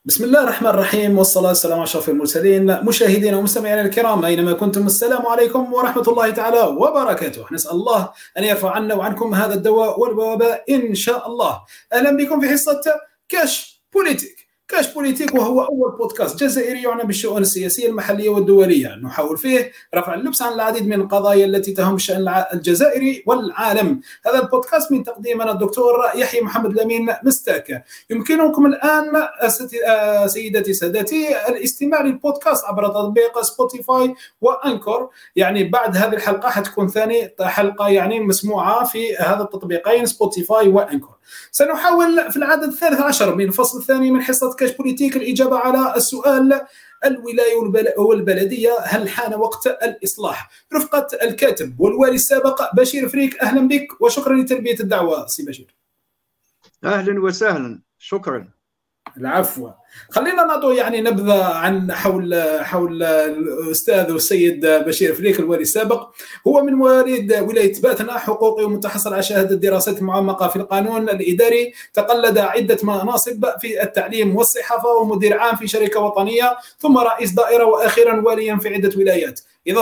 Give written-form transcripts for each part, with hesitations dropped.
بسم الله الرحمن الرحيم، والصلاة والسلام على أشرف المرسلين. مشاهدينا ومستمعينا الكرام أينما كنتم، السلام عليكم ورحمة الله تعالى وبركاته. نسأل الله أن يرفع عنا وعنكم هذا الدواء والوباء إن شاء الله. أهلا بكم في حصة كاش بوليتيك. كاش بوليتيك وهو أول بودكاست جزائري يعنى بالشؤون السياسية المحلية والدولية، نحاول فيه رفع اللبس عن العديد من القضايا التي تهم الشأن الجزائري والعالم. هذا البودكاست من تقديم أنا الدكتور يحيى محمد الأمين مستاك. يمكنكم الآن سيدتي سادتي الاستماع للبودكاست عبر تطبيق سبوتيفاي وأنكور. يعني بعد هذه الحلقة حتكون ثاني حلقة يعني مسموعة في هذا التطبيقين سبوتيفاي وأنكور. سنحاول في العدد الثالث عشر من الفصل الثاني من حصة كاش بوليتيك الإجابة على السؤال: الولاية والبلدية، هل حان وقت الإصلاح؟ رفقة الكاتب والوالي السابق بشير فريك، أهلا بك وشكرا لتلبية الدعوة سي بشير. أهلا وسهلا، شكرا. العفو. خلينا نعطي يعني نبذة عن حول الأستاذ والسيد بشير فريك الوالي السابق. هو من مواليد ولاية باتنا، حقوقي ومتحصل على شهادة الدراسات المعمقة في القانون الإداري. تقلد عدة مناصب في التعليم والصحافة، ومدير عام في شركة وطنية، ثم رئيس دائرة، وأخيرا واليا في عدة ولايات.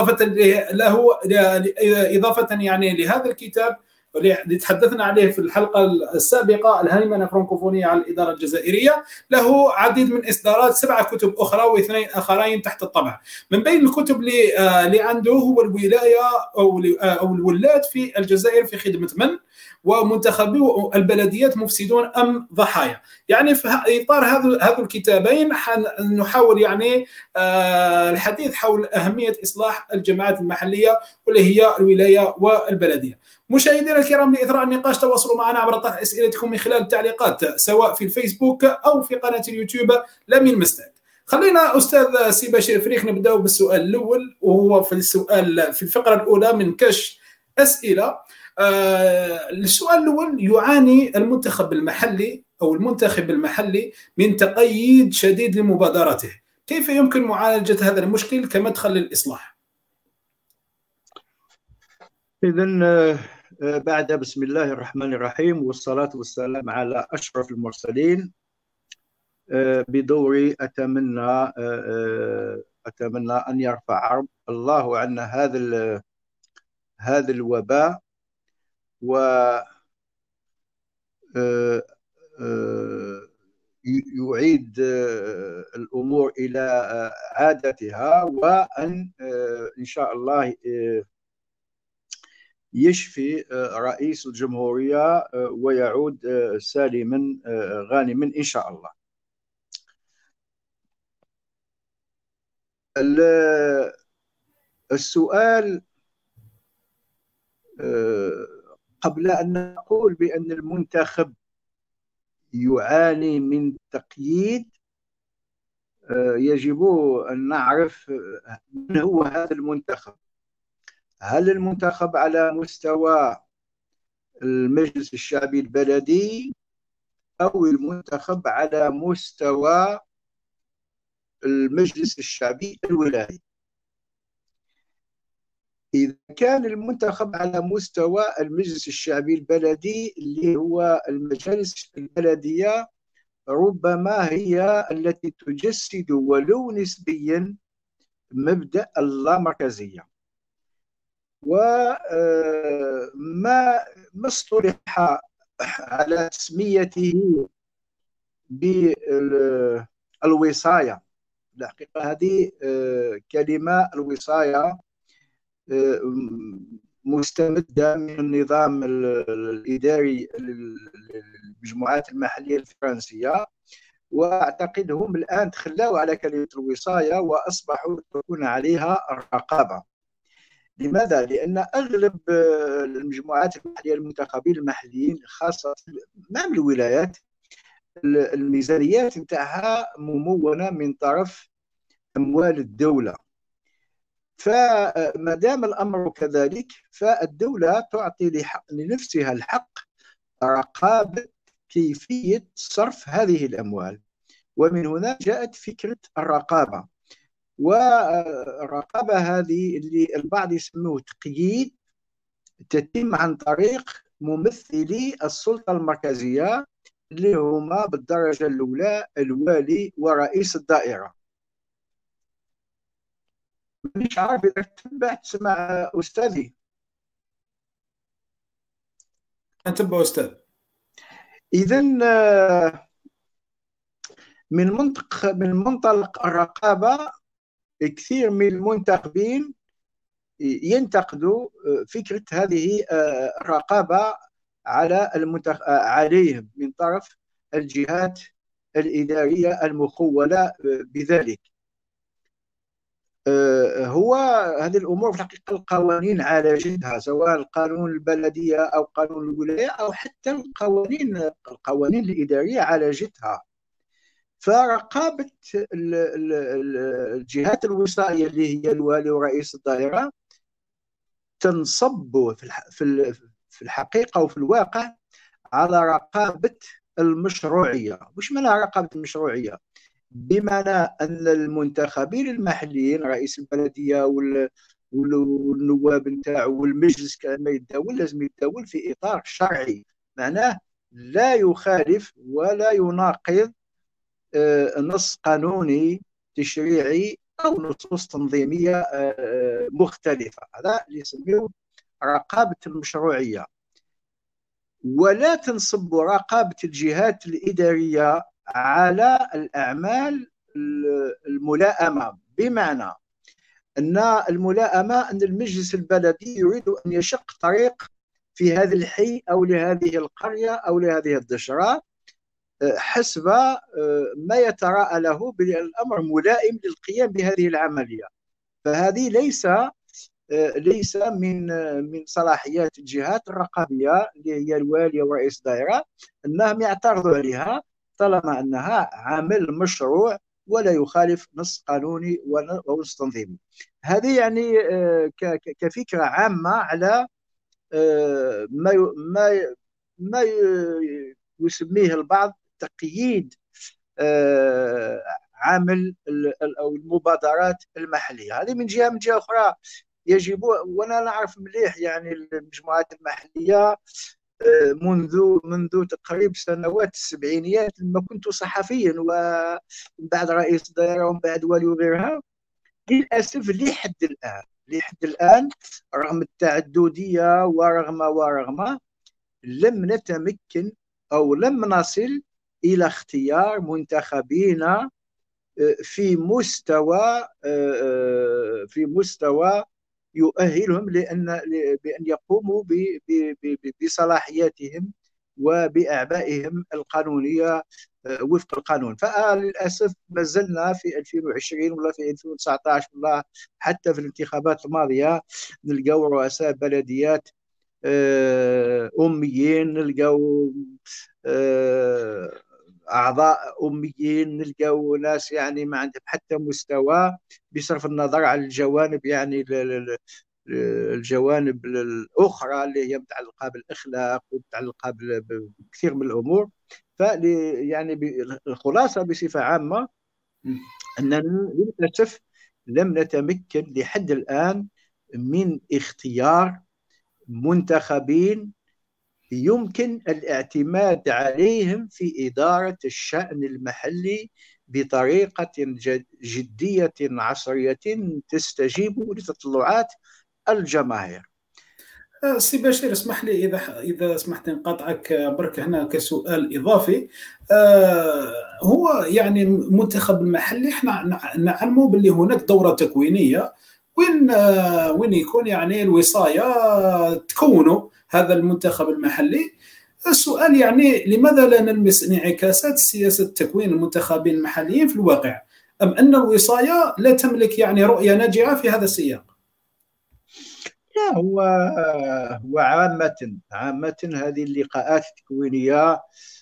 إضافة يعني لهذا الكتاب اللي تحدثنا عليه في الحلقة السابقة، الهيمنة الفرنكوفونية على الإدارة الجزائرية، له عديد من إصدارات، 7 كتب أخرى واثنين آخرين تحت الطبع. من بين الكتب اللي عنده هو الولاية أو الولاة في الجزائر في خدمة من؟ ومنتخبي البلديات مفسدون أم ضحايا. يعني في إطار هذا الكتابين نحاول يعني الحديث حول أهمية إصلاح الجماعات المحلية واللي هي الولاية والبلدية. مشاهدينا الكرام، لإثراء النقاش تواصلوا معنا عبر طرح أسئلتكم من خلال التعليقات، سواء في الفيسبوك أو في قناة اليوتيوب لمين مستعد. خلينا أستاذ سي بشير فريك نبدأ بالسؤال الأول، وهو في الفقرة الأولى من كاش أسئلة. السؤال الأول: يعاني المنتخب المحلي من تقييد شديد لمبادرته، كيف يمكن معالجة هذا المشكل كمدخل للإصلاح؟ إذن بعد بسم الله الرحمن الرحيم والصلاة والسلام على أشرف المرسلين، بدوري أتمنى أن يرفع الله عنا هذا الوباء، و يعيد الأمور إلى عادتها، وأن إن شاء الله يشفي رئيس الجمهورية ويعود سالما غانما إن شاء الله. السؤال: قبل أن نقول بأن المنتخب يعاني من تقييد، يجب أن نعرف من هو هذا المنتخب. هل المنتخب على مستوى المجلس الشعبي البلدي، أو المنتخب على مستوى المجلس الشعبي الولايي؟ إذا كان المنتخب على مستوى المجلس الشعبي البلدي، اللي هو المجالس البلدية ربما هي التي تجسد ولو نسبيا مبدأ اللامركزية، وما اصطلح على تسميته بالوصاية. الحقيقة هذه كلمة الوصاية مستمدة من النظام الإداري للمجموعات المحلية الفرنسية، وأعتقد هم الآن تخلاوا على كلمة الوصاية وأصبحوا يطلقون عليها الرقابة. لماذا؟ لأن أغلب المجموعات المحلية، المنتخبين المحليين خاصة مع الولايات، الميزانيات نتاعها ممونة من طرف أموال الدولة. فما دام الأمر كذلك، فالدولة تعطي لنفسها الحق رقابة كيفية صرف هذه الأموال، ومن هنا جاءت فكرة الرقابة. والرقابة هذه اللي البعض يسموه تقييد، تتم عن طريق ممثلي السلطة المركزية اللي هما بالدرجة الأولى الوالي ورئيس الدائرة. مش عارف إذا تبعت مع أستاذي. انتبه أستاذ. إذن من منطلق الرقابة، كثير من المنتخبين ينتقدوا فكرة هذه الرقابة عليهم من طرف الجهات الإدارية المخولة بذلك. هو هذه الأمور في الحقيقة القوانين على جدها، سواء القانون البلدية أو قانون الولاية أو حتى القوانين الإدارية على جدها. فرقابة الجهات الوصائية اللي هي الوالي ورئيس الدائرة تنصب في الحقيقة وفي الواقع على رقابة المشروعية. وش معنى رقابة المشروعية؟ بمعنى أن المنتخبين المحليين، رئيس البلدية والنواب نتاعو والمجلس كما يتداول، لازم يتداول في إطار شرعي، معناه لا يخالف ولا يناقض نص قانوني تشريعي أو نصوص تنظيمية مختلفة. هذا اللي يسميه رقابة المشروعية. ولا تنصب رقابة الجهات الإدارية على الأعمال الملائمة، بمعنى أن الملائمة أن المجلس البلدي يريد أن يشق طريق في هذا الحي أو لهذه القرية أو لهذه الدشرة حسب ما يتراءى له بأن الأمر ملائم للقيام بهذه العملية. فهذه ليس من صلاحيات الجهات الرقابية اللي هي الوالي ورئيس الدائرة أنهم يعترضوا عليها طالما أنها عمل مشروع ولا يخالف نص قانوني ونص تنظيمي. هذه يعني كفكرة عامة على ما يسميه البعض تقييد عمل أو المبادرات المحلية. هذه من جهة أخرى يجب، وانا نعرف مليح يعني المجموعات المحليه منذ تقريبا سنوات السبعينيات لما كنت صحفيا ومن بعد رئيس دائره ومن بعد والي وغيرها. للاسف لحد الان رغم التعدديه ورغم لم نتمكن او لم نصل الى اختيار منتخبين في مستوى يؤهلهم بأن يقوموا بصلاحياتهم وبأعبائهم القانونية وفق القانون. فللأسف ما زلنا في 2020 ولا في 2019 ولا حتى في الانتخابات الماضية نلقاو رؤساء بلديات أميين، نلقاو أعضاء أميين، نلقاو ناس يعني ما عندهم حتى مستوى بصرف النظر عن الجوانب، يعني الجوانب الأخرى اللي هي متعلقة بالإخلاق ومتعلقة بكثير من الأمور. يعني الخلاصة بصفة عامة أننا للأسف لم نتمكن لحد الآن من اختيار منتخبين يمكن الاعتماد عليهم في إدارة الشأن المحلي بطريقة جدية عصرية تستجيب لتطلعات الجماهير. سي بشير، اسمح لي إذا سمحت نقاطعك برك هنا كسؤال إضافي. هو يعني منتخب المحلي احنا نعلموا باللي هناك دورة تكوينية وين يكون يعني الوصاية تكونوا هذا المنتخب المحلي. السؤال يعني لماذا لا نلمس انعكاسات سياسة تكوين المنتخبين المحليين في الواقع، أم أن الوصاية لا تملك يعني رؤية ناجعة في هذا السياق؟ لا، هو عامة هذه اللقاءات التكوينية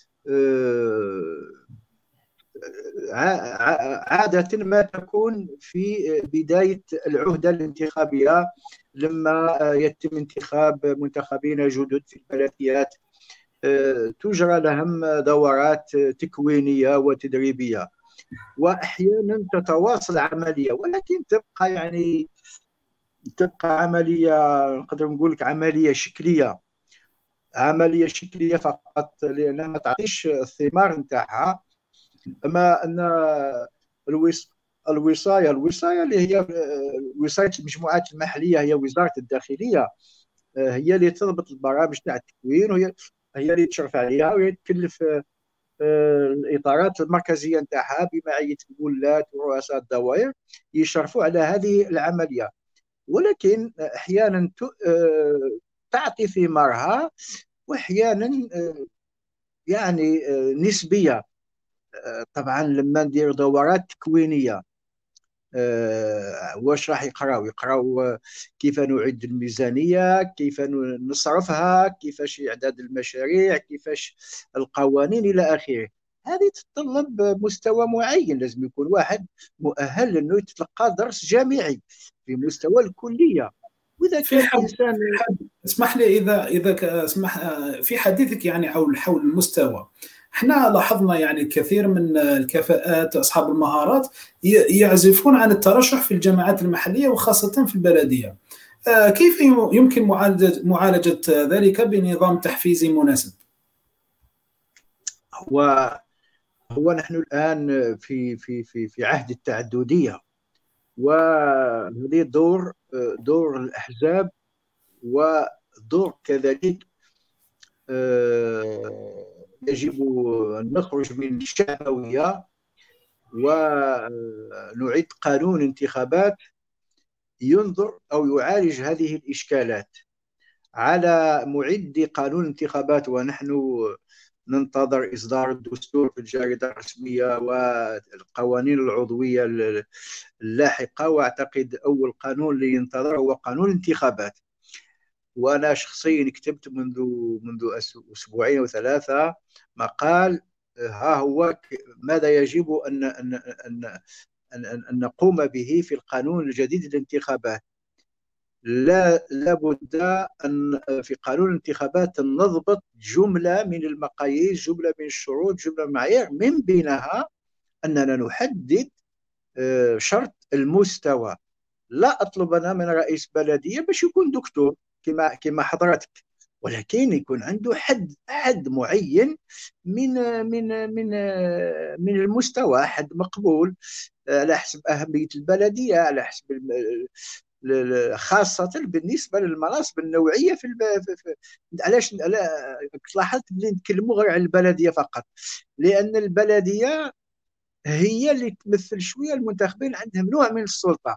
عادة ما تكون في بداية العهدة الانتخابية لما يتم انتخاب منتخبين جدد في البلديات، تجرى لهم دورات تكوينية وتدريبية، وأحيانا تتواصل عملية، ولكن تبقى عملية نقدر نقول لك عملية شكلية. عمليه شكليه فقط، لانها ما تعطيش الثمار نتاعها. اما ان الوصايه اللي هي وصايه المجموعات المحليه، هي وزاره الداخليه، هي اللي تضبط البرامج تاع التكوين، وهي اللي تشرف عليها، وهي تكلف الاطارات المركزيه نتاعها بمعيه الولاة ورؤساء الدوائر يشرفوا على هذه العمليه. ولكن احيانا تعطي ثمارها، واحيانا يعني نسبيه. طبعا لما ندير دورات تكوينيه، واش راح يقراو كيف نعد الميزانيه، كيف نصرفها، كيفاش اعداد المشاريع، كيفاش القوانين الى اخره. هذه تتطلب مستوى معين، لازم يكون واحد مؤهل انه يتلقى درس جامعي في مستوى الكليه. واذا في كان حد انسان اسمح لي، اسمح في حديثك يعني حول المستوى. احنا لاحظنا يعني كثير من الكفاءات اصحاب المهارات يعزفون عن الترشح في الجامعات المحليه وخاصه في البلديه. كيف يمكن معالجه ذلك بنظام تحفيزي مناسب؟ هو هو نحن الان في عهد التعدديه، وهذه دور الاحزاب، ودور كذلك يجب أن نخرج من الشعبوية ونعيد قانون انتخابات ينظر أو يعالج هذه الإشكالات. على معد قانون انتخابات، ونحن ننتظر إصدار الدستور في الجريدة الرسمية والقوانين العضوية اللاحقة، وأعتقد أول قانون اللي ينتظر هو قانون الانتخابات. وانا شخصيا كتبت منذ اسبوعين او ثلاثه مقال، ها هو ماذا يجب ان نقوم به في القانون الجديد للانتخابات. لابد ان في قانون الانتخابات نضبط جمله من المقاييس، جمله من الشروط، جمله من المعايير، من بينها اننا نحدد شرط المستوى. لا اطلب انا من رئيس بلديه باش يكون دكتور كما حضرتك، ولكن يكون عنده حد معين من المستوى، حد مقبول على حسب اهميه البلديه، على حسب خاصة بالنسبة للمناصب النوعية علاش لاحظت بلي نتكلموا غير على البلدية فقط؟ لأن البلدية هي اللي تمثل شوية المنتخبين، عندهم نوع من السلطة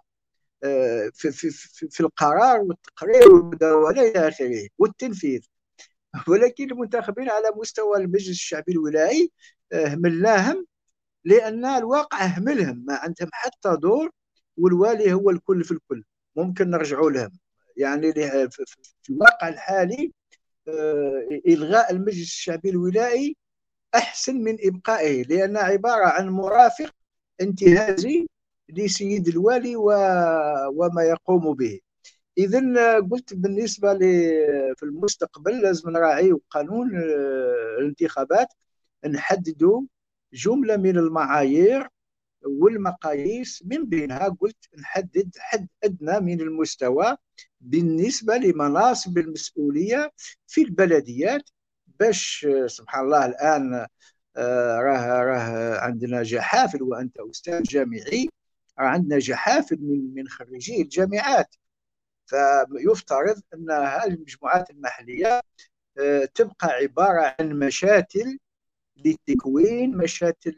في القرار والتقرير والمداولة إلى آخره والتنفيذ. ولكن المنتخبين على مستوى المجلس الشعبي الولائي هملناهم، لأن الواقع هملهم، ما عندهم حتى دور، والوالي هو الكل في الكل. ممكن نرجعوا لهم يعني في الواقع الحالي. إلغاء المجلس الشعبي الولائي أحسن من إبقائه، لأنه عبارة عن مرافق انتهازي لسيد الوالي وما يقوم به. إذا قلت بالنسبة في المستقبل لازم نراعي قانون الانتخابات، نحددوا جملة من المعايير والمقاييس، من بينها قلت نحدد حد أدنى من المستوى بالنسبة لمناصب المسؤولية في البلديات، باش سبحان الله الآن راه عندنا جحافل، وأنت أستاذ جامعي، عندنا جحافل من خريجي الجامعات. فيفترض أن هذه المجموعات المحلية تبقى عبارة عن مشاتل للتكوين، مشاتل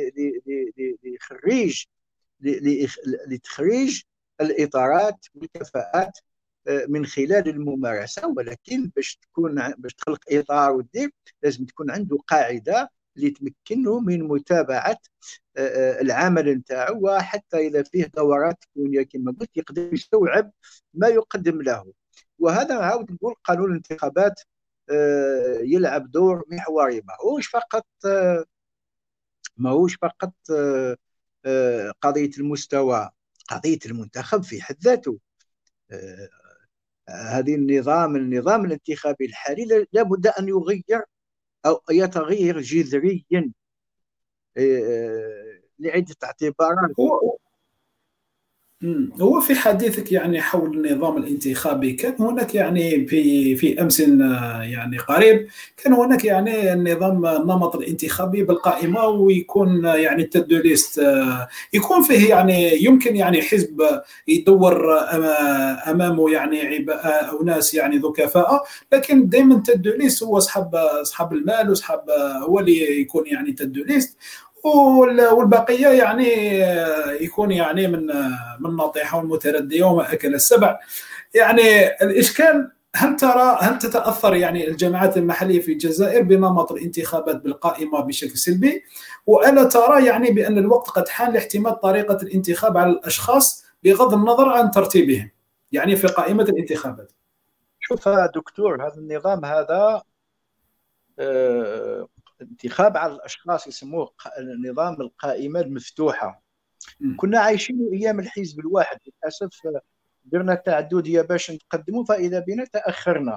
لتخريج الإطارات والكفاءات من خلال الممارسة. ولكن باش تخلق إطار ودير، لازم تكون عنده قاعدة اللي تمكنه من متابعة العمل نتاعو، وحتى إذا فيه دورات تكوينية كما قلت يقدر يستوعب ما يقدم له. وهذا عاود نقول قانون الانتخابات يلعب دور محوري، ما هوش فقط قضية المستوى، قضية المنتخب في حد ذاته. هذه النظام الانتخابي الحالي لابد أن يغير أو يتغير جذريا لعدة اعتبارات. هو هو في حديثك يعني حول النظام الانتخابي، كان هناك يعني في امس يعني قريب، كان هناك يعني النمط الانتخابي بالقائمه، ويكون يعني التدو ليست يكون فيه يعني يمكن يعني حزب يدور امامه يعني او ناس يعني ذو كفاءه، لكن دائما التدو ليست هو اصحاب المال، واصحاب هو اللي يكون يعني تدو ليست، والبقيه يعني يكون يعني من ناطحه والمترديه وما اكل السبع. يعني الاشكال، هل تتاثر يعني الجماعات المحليه في الجزائر بنمط الانتخابات بالقائمه بشكل سلبي؟ والا ترى يعني بان الوقت قد حان لاحتمال طريقه الانتخاب على الاشخاص بغض النظر عن ترتيبهم يعني في قائمه الانتخابات؟ شوف يا دكتور، هذا النظام هذا انتخاب على الأشخاص يسموه نظام القائمة المفتوحة. كنا عايشين أيام الحزب الواحد، للأسف درنا تعددية باش نتقدموا، فإذا بنا تأخرنا.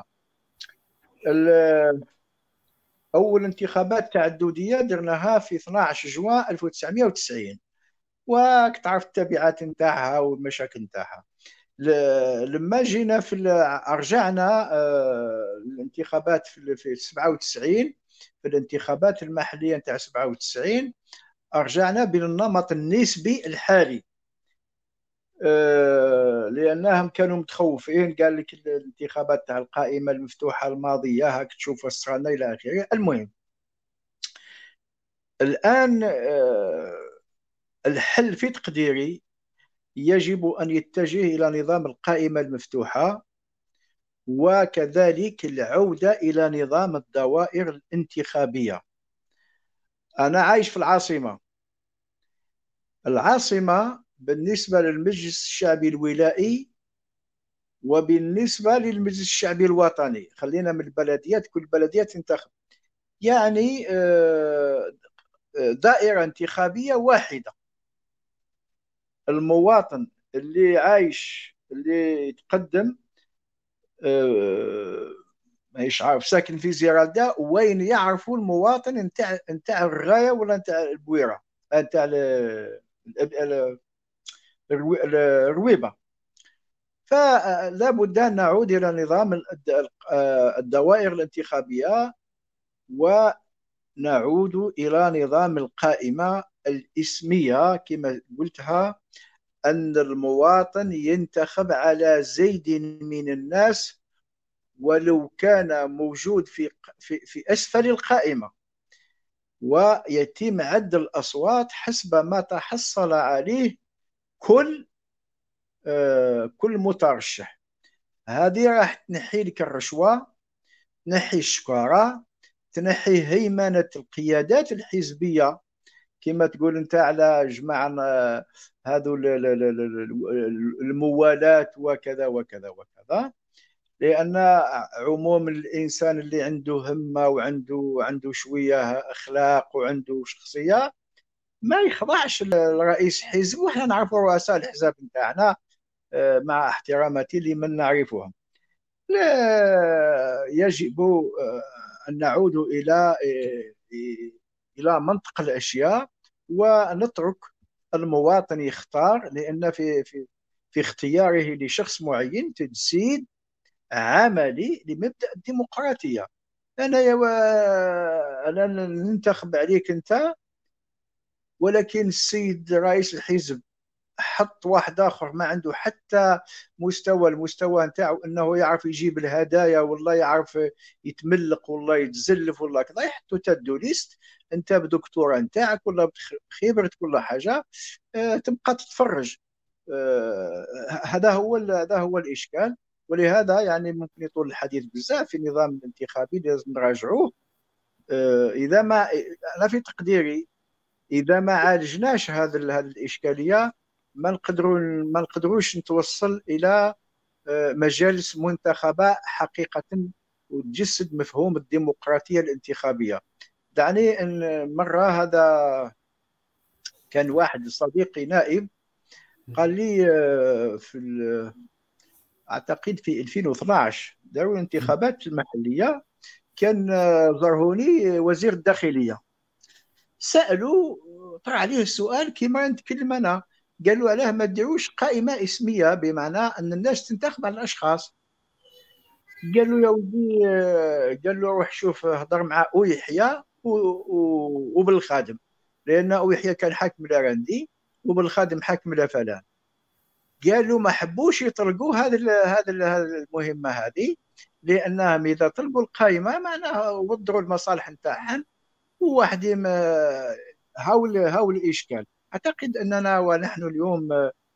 أول انتخابات تعددية درناها في 12 جوان 1990، وكتعرف التبعات نتاعها والمشاكل نتاعها. لما جينا رجعنا الانتخابات في 97، في الانتخابات المحلية نتاع 97 رجعنا بالنمط النسبي الحالي، لأنهم كانوا متخوفين، قال لك الانتخابات تاع القائمة المفتوحة الماضية هاك تشوف وصلنا إلى آخره. المهم الآن الحل في تقديري يجب أن يتجه إلى نظام القائمة المفتوحة، وكذلك العودة إلى نظام الدوائر الانتخابية. أنا عايش في العاصمة بالنسبة للمجلس الشعبي الولائي وبالنسبة للمجلس الشعبي الوطني، خلينا من البلديات، كل بلدية تنتخب يعني دائرة انتخابية واحدة. المواطن اللي عايش اللي يتقدم ماهيش عارف ساكن في زيرالدا، وين يعرفوا المواطن نتاع الغايه ولا نتاع البويره، نتاع الرويبه. فلا بد ان نعود الى نظام الدوائر الانتخابيه، ونعود الى نظام القائمه الاسميه كما قلتها، ان المواطن ينتخب على زيد من الناس ولو كان موجود في أسفل القائمة، ويتم عد الأصوات حسب ما تحصل عليه كل مترشح. هذه راح تنحي لك الرشوة، تنحي الشكارة، تنحي هيمنة القيادات الحزبية كما تقول انت على جماعة هذو الموالاة وكذا وكذا وكذا. لأن عموم الإنسان اللي عنده همة وعنده شوية أخلاق وعنده شخصية ما يخضعش لرئيس حزب، وإحنا نعرف رؤساء الأحزاب نتاعنا مع احتراماتي لمن نعرفهم. لا يجب أن نعود إلى منطق الأشياء ونترك المواطن يختار، لأن في اختياره لشخص معين تجسيد عملي لمبدأ الديمقراطية. أنا ننتخب عليك أنت، ولكن السيد رئيس الحزب حط واحد آخر ما عنده حتى المستوى نتاعو أنه يعرف يجيب الهدايا، والله يعرف يتملق، والله يتزلف، والله كذا، يحطوا تدو ليست أنت بدكتوراه نتاعك ولا بخبرتك ولا حاجة، تبقى تتفرج. هذا هو الإشكال. ولهذا يعني ممكن يطول الحديث بزاف في النظام الانتخابي، لازم نراجعوه. إذا ما أنا في تقديري إذا ما عالجناش هذه الإشكالية ما نقدروش نتوصل إلى مجالس منتخبة حقيقة وتجسد مفهوم الديمقراطية الانتخابية. دعني أن مرة، هذا كان واحد صديقي نائب قال لي أعتقد في 2012 داروا الانتخابات المحلية، كان زرهوني وزير الداخلية، سألوا طرح عليه السؤال كما نتكلم أنا، قالوا علاه ما تديروش قائمة اسمية، بمعنى أن الناس تنتخب على الأشخاص. قال له يا ودي، قال له روح شوف هضر مع او يحيى وبالخادم، لان او يحيى كان حاكم لاراندي وبالخادم حاكم لفلان. قال له ما حبوش يطلقوا هذا المهمه هذه، لانهم اذا طلقوا القائمه معناها وضروا المصالح نتاعهم، وواحد هاول الاشكال. اعتقد اننا ونحن اليوم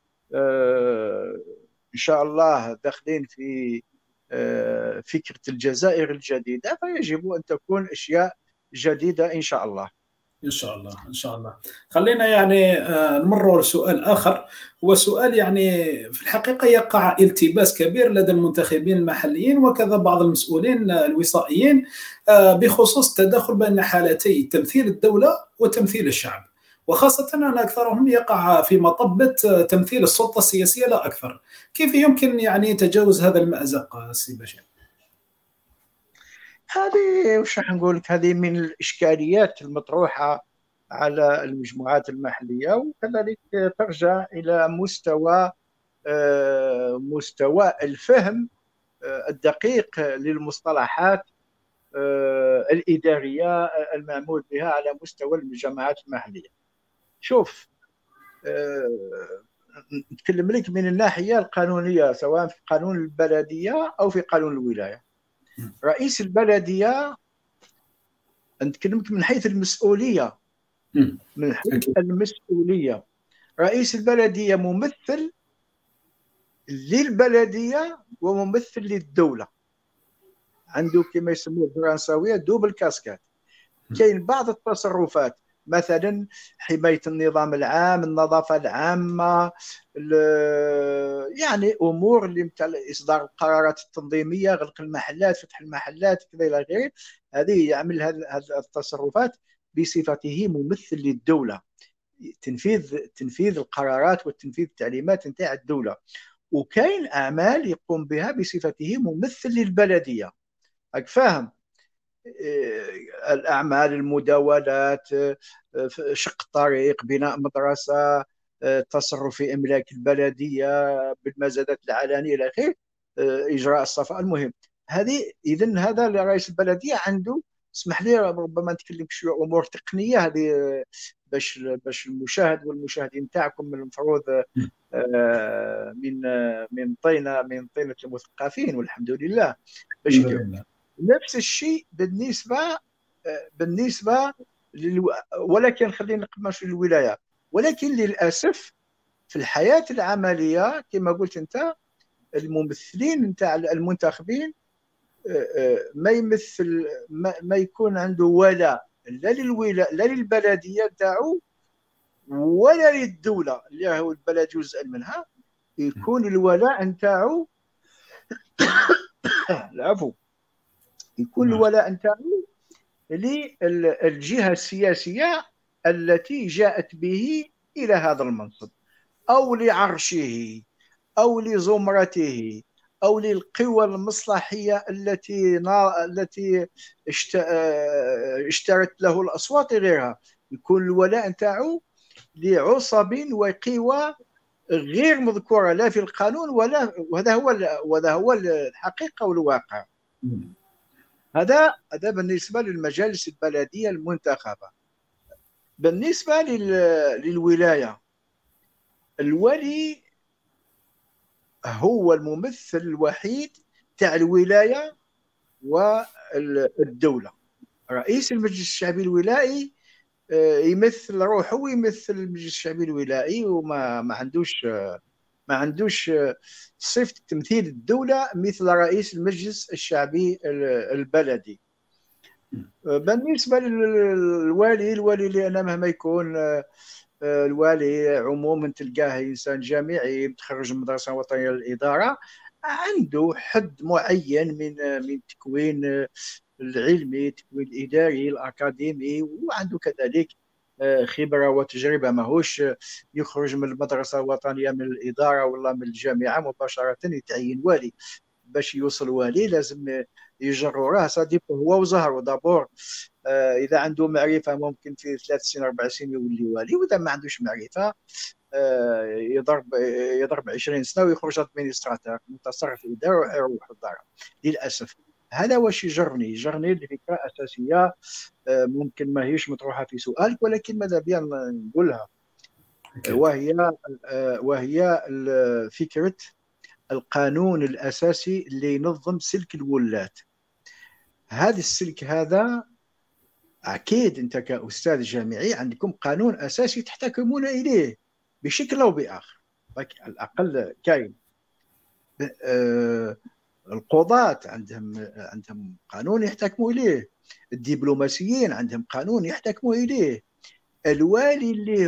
ان شاء الله داخلين في فكرة الجزائر الجديدة، فيجب أن تكون أشياء جديدة إن شاء الله. إن شاء الله إن شاء الله. خلينا يعني نمر لسؤال آخر، هو سؤال يعني في الحقيقة يقع التباس كبير لدى المنتخبين المحليين وكذا بعض المسؤولين الوصائيين بخصوص التداخل بين حالتي تمثيل الدولة وتمثيل الشعب، وخاصة أن أكثرهم يقع في مطبة تمثيل السلطة السياسية لا أكثر. كيف يمكن يعني تجاوز هذا المأزق سي بشير؟ هذه وش راح نقول لك، هذه من الإشكاليات المطروحة على المجموعات المحلية، وكذلك ترجع إلى مستوى الفهم الدقيق للمصطلحات الإدارية المعمول بها على مستوى الجماعات المحلية. شوف، نتكلم لك من الناحية القانونية، سواء في قانون البلدية أو في قانون الولاية. رئيس البلدية، نتكلمك من حيث المسؤولية، من حيث المسؤولية، رئيس البلدية ممثل للبلدية وممثل للدولة، عنده كما يسموه بالفرنساوية دوبل كاسكات. كاين بعض التصرفات، مثلا حماية النظام العام، النظافة العامة، يعني أمور اللي مثل إصدار القرارات التنظيمية، غلق المحلات، فتح المحلات، كذا إلى غيره. هذه يعمل هذه التصرفات بصفته ممثل للدولة، تنفيذ القرارات والتنفيذ التعليمات نتاع الدولة. وكاين أعمال يقوم بها بصفته ممثل للبلدية، راك فاهم؟ الأعمال، المداولات، شق طريق، بناء مدرسة، التصرف في إملاك البلدية بالمزادات العلانية إلى آخره، إجراء الصفاء. المهم هذه، إذن هذا رئيس البلدية عنده، اسمح لي ربما نتكلم شوية أمور تقنية هذه باش المشاهد والمشاهدين تاعكم المفروض من طينة المثقفين والحمد لله باش نفس الشيء بالنسبة ولكن خلينا نقمش للولاية. ولكن للأسف في الحياة العملية كما قلت أنت، الممثلين نتاع المنتخبين ما يمثل، ما يكون عنده ولاء لا للبلدية نتاعو ولا للدولة اللي هو البلد جزء منها. يكون الولاء نتاعو العفو، يكون الولاء نتاعو للجهة السياسية التي جاءت به إلى هذا المنصب، أو لعرشه، أو لزمرته، أو للقوى المصلحية التي اشترت له الأصوات غيرها. يكون الولاء نتاعو لعصب وقوى غير مذكورة لا في القانون وهذا هو الحقيقة والواقع. هذا بالنسبة للمجالس البلدية المنتخبة. بالنسبة للولاية، الولي هو الممثل الوحيد تاع الولاية والدولة. رئيس المجلس الشعبي الولائي يمثل روحه ويمثل المجلس الشعبي الولائي، وما ما عندوش صفة تمثيل الدولة مثل رئيس المجلس الشعبي البلدي. بالنسبة للوالي لأن مهما يكون الوالي عموما تلقاه إنسان جامعي متخرج من مدرسة وطنية للإدارة، عنده حد معين من التكوين العلمي، التكوين الإداري الأكاديمي، وعنده كذلك خبرة وتجربة. ماهوش يخرج من المدرسة الوطنية من الإدارة ولا من الجامعة مباشرة يتعين والي. باش يوصل والي لازم يجروا راسه، هو وزهره دابور. إذا عنده معرفة ممكن في 3 سنين 4 سنين يولي والي، وإذا ما عندوش معرفة يضرب 20 سنه ويخرج ادمينستراتور متصرف اداري ويروح للدار. للاسف هذا واش يجرني لفكره اساسيه ممكن ما هيش مطروحه في سؤالك، ولكن ماذا بيا نقولها، وهي فكره القانون الاساسي اللي ينظم سلك الولاة. هذا السلك هذا اكيد انت كاستاذ جامعي عندكم قانون اساسي تحتكمون اليه بشكل او باخر، على الاقل كاين. القضاة عندهم قانون يحتكموا اليه، الدبلوماسيين عندهم قانون يحتكموا اليه، الوالي اللي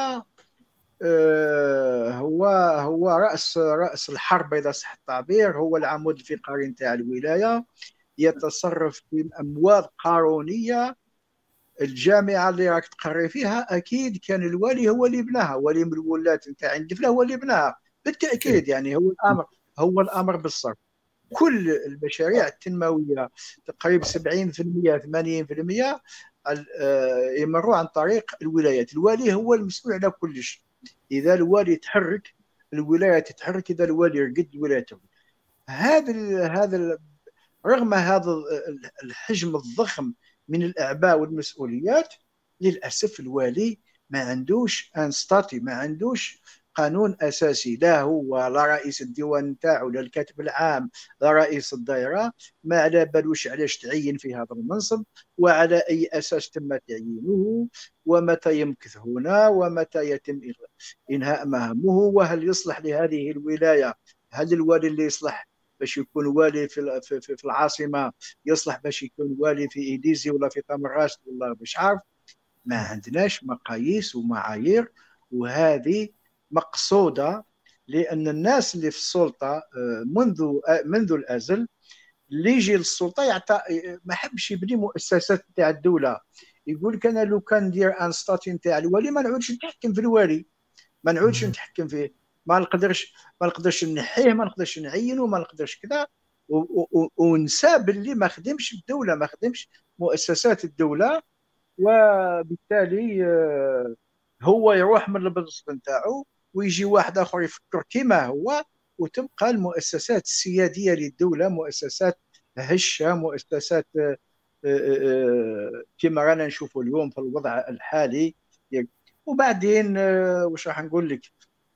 هو راس الحرب اذا صح التعبير، هو العمود الفقري نتاع الولايه، يتصرف في اموال قانونيه. الجامعه اللي راك تقري فيها اكيد كان الوالي هو اللي بناها، ولي من الولاة نتاع الدفله هو اللي بناها بالتاكيد، يعني هو الامر بالصرف. كل المشاريع التنمويه تقريبا 70% 80% يمروا عن طريق الولايات. الوالي هو المسؤول على كل شيء. اذا الوالي تحرك الولايه تتحرك، اذا الوالي رقد الولايه ترقد. هذا رغم هذا الحجم الضخم من الاعباء والمسؤوليات، للاسف الوالي ما عندوش انستاتي، ما عندوش قانون اساسي، لا هو لا رئيس الديوان نتاعو لا الكاتب العام لا رئيس الدائره ما على بالوش علاش تعين في هذا المنصب، وعلى اي اساس تم تعيينه، ومتى يمكث هنا، ومتى يتم انهاء مهامه، وهل يصلح لهذه الولايه. هل الوالي اللي يصلح باش يكون والي في العاصمه يصلح باش يكون والي في إيديزي ولا في تمراست ولا مش عارف؟ ما عندناش مقاييس ومعايير، وهذه مقصوده لان الناس اللي في السلطه منذ الازل اللي يجي للسلطه يعطى ما حبش يبني مؤسسات تاع الدوله. يقول لك انا لو كان ندير ان ستاتي نتاع الوالي ما نعودش نتحكم في الوالي، ما نعودش نتحكم فيه، ما نقدرش نحيه، ما نقدرش نعينه، ما نقدرش كذا، ونسى باللي ما خدمش الدوله، ما خدمش مؤسسات الدوله، وبالتالي هو يروح من البزنس نتاعو ويجي واحد اخر يفكر كما هو، وتبقى المؤسسات السياديه للدوله مؤسسات هشه، مؤسسات كما رانا نشوفوا اليوم في الوضع الحالي. وبعدين واش راح نقول لك،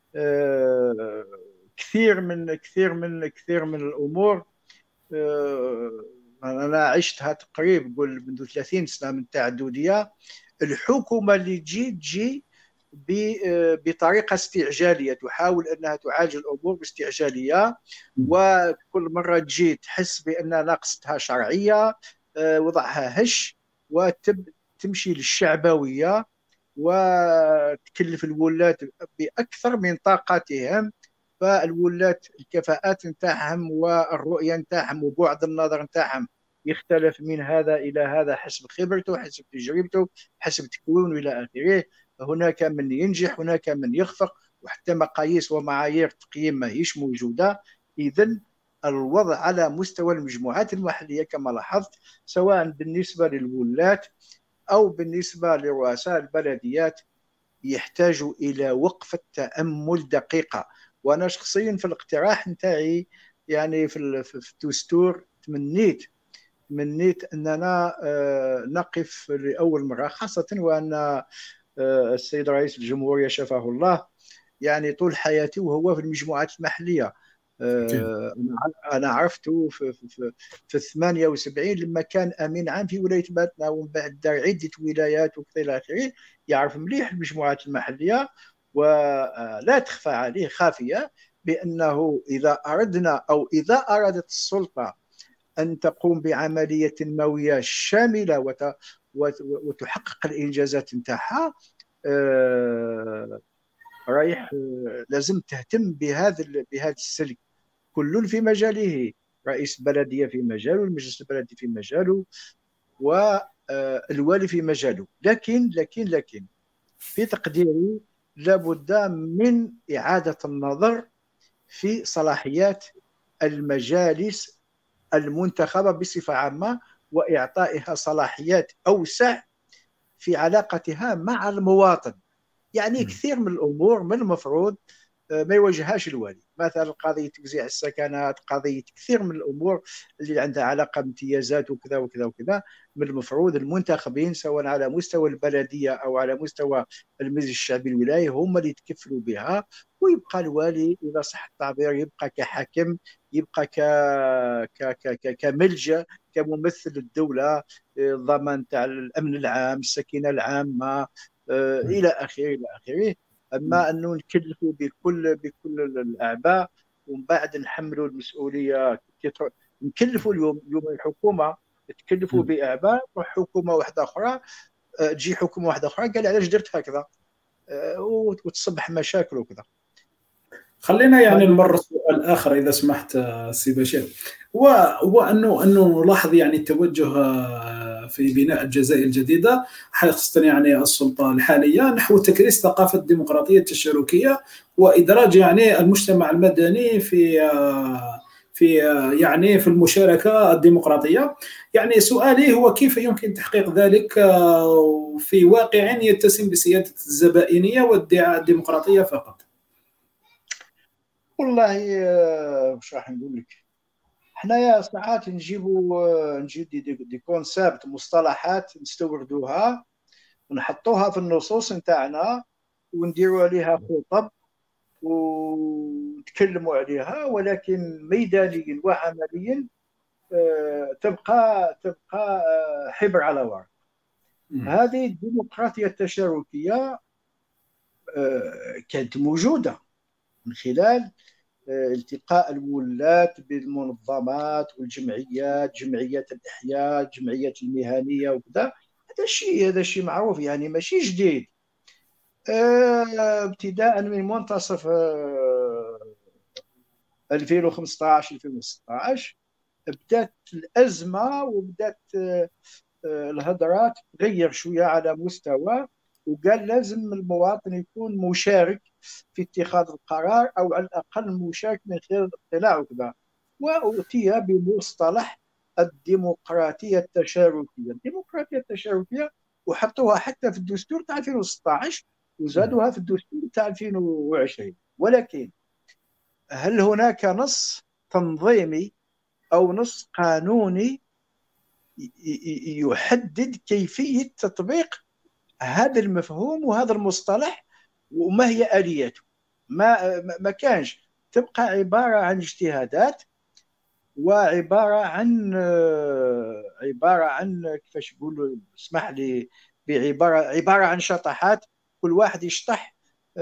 كثير من الامور انا عشتها تقريبا قول منذ 30 سنه من التعدديه. الحكومه اللي تجي بطريقه استعجاليه، تحاول انها تعالج الامور باستعجاليه، وكل مره تجي تحس بان ناقصتها شرعيه، وضعها هش، وتمشي للشعبويه وتكلف الولاة باكثر من طاقتهم. فالولاة الكفاءات نتاعهم والرؤيه نتاعهم وبعد النظر نتاعهم يختلف من هذا الى هذا حسب خبرته، حسب تجربته، حسب تكوينه الى اخره. هناك من ينجح، هناك من يخفق، وحتى مقاييس ومعايير تقييم ما هيش موجوده. اذا الوضع على مستوى المجموعات المحليه كما لاحظت، سواء بالنسبه للولاة او بالنسبه لرؤساء البلديات، يحتاج الى وقفه تامل دقيقه. وانا شخصيا في الاقتراح نتاعي يعني في الدستور تمنيت اننا نقف لاول مره، خاصه وان السيد رئيس الجمهوريه شفاه الله يعني طول حياتي وهو في المجموعات المحليه. انا عرفته في 78 لما كان امين عام في ولايه باتنا، ومن بعد دار عده ولايات وكذا الى اخره. يعرف مليح المجموعات المحليه، ولا تخفى عليه خافيه بانه اذا اردنا او اذا ارادت السلطه ان تقوم بعمليه تنمويه شامله وتحقق الانجازات نتاعها، رايح لازم تهتم بهذا السلك، كل في مجاله، رئيس البلديه في مجاله، المجلس البلدي في مجاله، والوالي في مجاله. لكن في تقديري لابد من اعاده النظر في صلاحيات المجالس المنتخبه بصفه عامه، واعطائها صلاحيات اوسع في علاقتها مع المواطن. يعني كثير من الأمور من المفروض ما يواجههاش الوالي، مثلا قضية توزيع السكنات، قضية كثير من الأمور اللي عندها علاقة بامتيازات وكذا وكذا وكذا، من المفروض المنتخبين سواء على مستوى البلدية أو على مستوى المجلس الشعبي الولايي هم اللي يتكفلوا بها، ويبقى الوالي إذا صح التعبير يبقى كحاكم، يبقى كملجأ، كممثل الدولة، الضمان تاع الأمن العام، السكينة العامة، إلى آخره إلى آخره. اما انه نكلفوا بكل الاعباء ومن بعد نحملوا المسؤوليه، نكلفوا اليوم الحكومه تكلفوا باعباء، وحكومه واحده اخرى تجي حكومه واحده اخرى قال علاش درت هكذا، وتصبح مشاكل وكذا. خلينا يعني نمر سؤال اخر اذا سمحت سي بشير، وانه نلاحظ يعني التوجه في بناء الجزائر الجديده، خاصه يعني السلطه الحاليه، نحو تكريس ثقافه الديمقراطيه التشاركيه وادراج يعني المجتمع المدني في يعني في المشاركه الديمقراطيه. يعني سؤالي هو كيف يمكن تحقيق ذلك في واقع يتسم بسياده الزبائنيه وادعاء الديمقراطيه فقط؟ والله واش راح نقول لك، حنايا ساعات نجيب دي كونسيبت، مصطلحات نستوردوها ونحطوها في النصوص نتاعنا ونديروا عليها خطب ونتكلموا عليها، ولكن ميدانيا وعمليا تبقى حبر على ورق. هذه الديمقراطية التشاركية كانت موجودة من خلال التقاء الولاة بالمنظمات والجمعيات، جمعيات الإحياء، الجمعيات المهنية وكذا. هذا شيء معروف، يعني ماشي جديد. ابتداء من منتصف 2015 2016 بدات الأزمة وبدات الهضرات تغير شوية على مستوى، وقال لازم المواطن يكون مشارك في اتخاذ القرار، أو على الأقل مشارك من خلال الاطلاع وكذا، وأتي بمصطلح الديمقراطية التشاركية. الديمقراطية التشاركية وحطوها حتى في الدستور تاع 2016 وزادوها في الدستور تاع 2020. ولكن هل هناك نص تنظيمي أو نص قانوني يحدد كيفية تطبيق هذا المفهوم وهذا المصطلح وما هي آلياته؟ ما كانش، تبقى عبارة عن اجتهادات، وعبارة عن كيفاش نقولوا، اسمح لي عبارة عن شطحات، كل واحد يشطح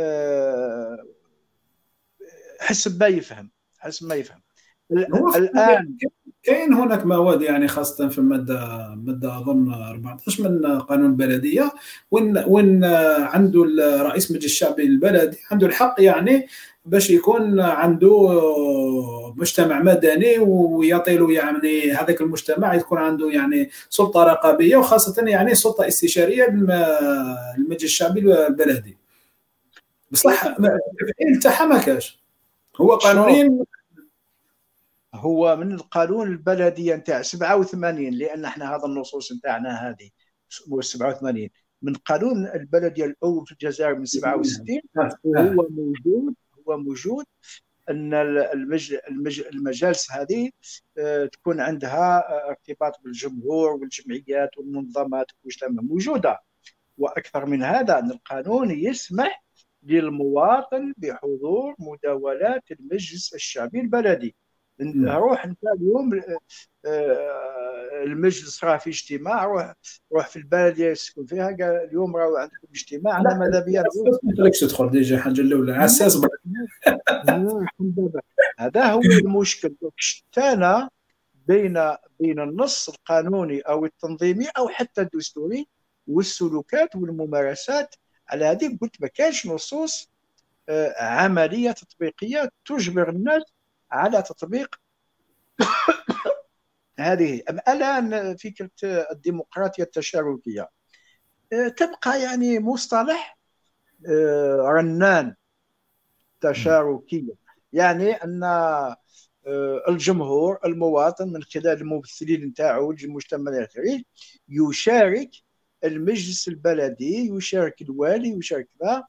حسب ما يفهم. الآن كاين هناك مواد يعني خاصة في مادة أظن 14 من قانون البلدية، وين عنده رئيس مجلس الشعبي البلدي عنده الحق يعني باش يكون عنده مجتمع مدني ويعطي له يعني هذاك المجتمع يكون عنده يعني سلطة رقابية، وخاصة يعني سلطة استشارية للمجلس الشعبي البلدي. بصح التفعيل تاعها ما كاش، هو قانونين. هو من القانون البلدي نتاع 87، لان احنا هذا النصوص نتاعنا هذه 87 من قانون البلديه الاول في الجزائر من 67. وهو موجود ان المجالس هذه تكون عندها ارتباط بالجمهور والجمعيات والمنظمات والمجتمع موجوده. واكثر من هذا، ان القانون يسمح للمواطن بحضور مداولات المجلس الشعبي البلدي. روح انت اليوم المجلس راه في اجتماع، روح في البلديه يسكن فيها، قال اليوم راه عندكم اجتماع، انا ماذا بيا ما تقدرش تدخل ديجا حاجه الاولى على اساس هذا هو المشكل. شتانا بين النص القانوني او التنظيمي او حتى الدستوري والسلوكات والممارسات. على هذه قلت ما كانش نصوص عمليه تطبيقيه تجبر الناس على تطبيق هذه. الآن فكرة الديمقراطية التشاركية تبقى يعني مصطلح رنان. تشاركية يعني أن الجمهور، المواطن، من خلال الممثلين نتاعو المجتمع الآخرين، يشارك المجلس البلدي يشارك الوالي، يشارك ذا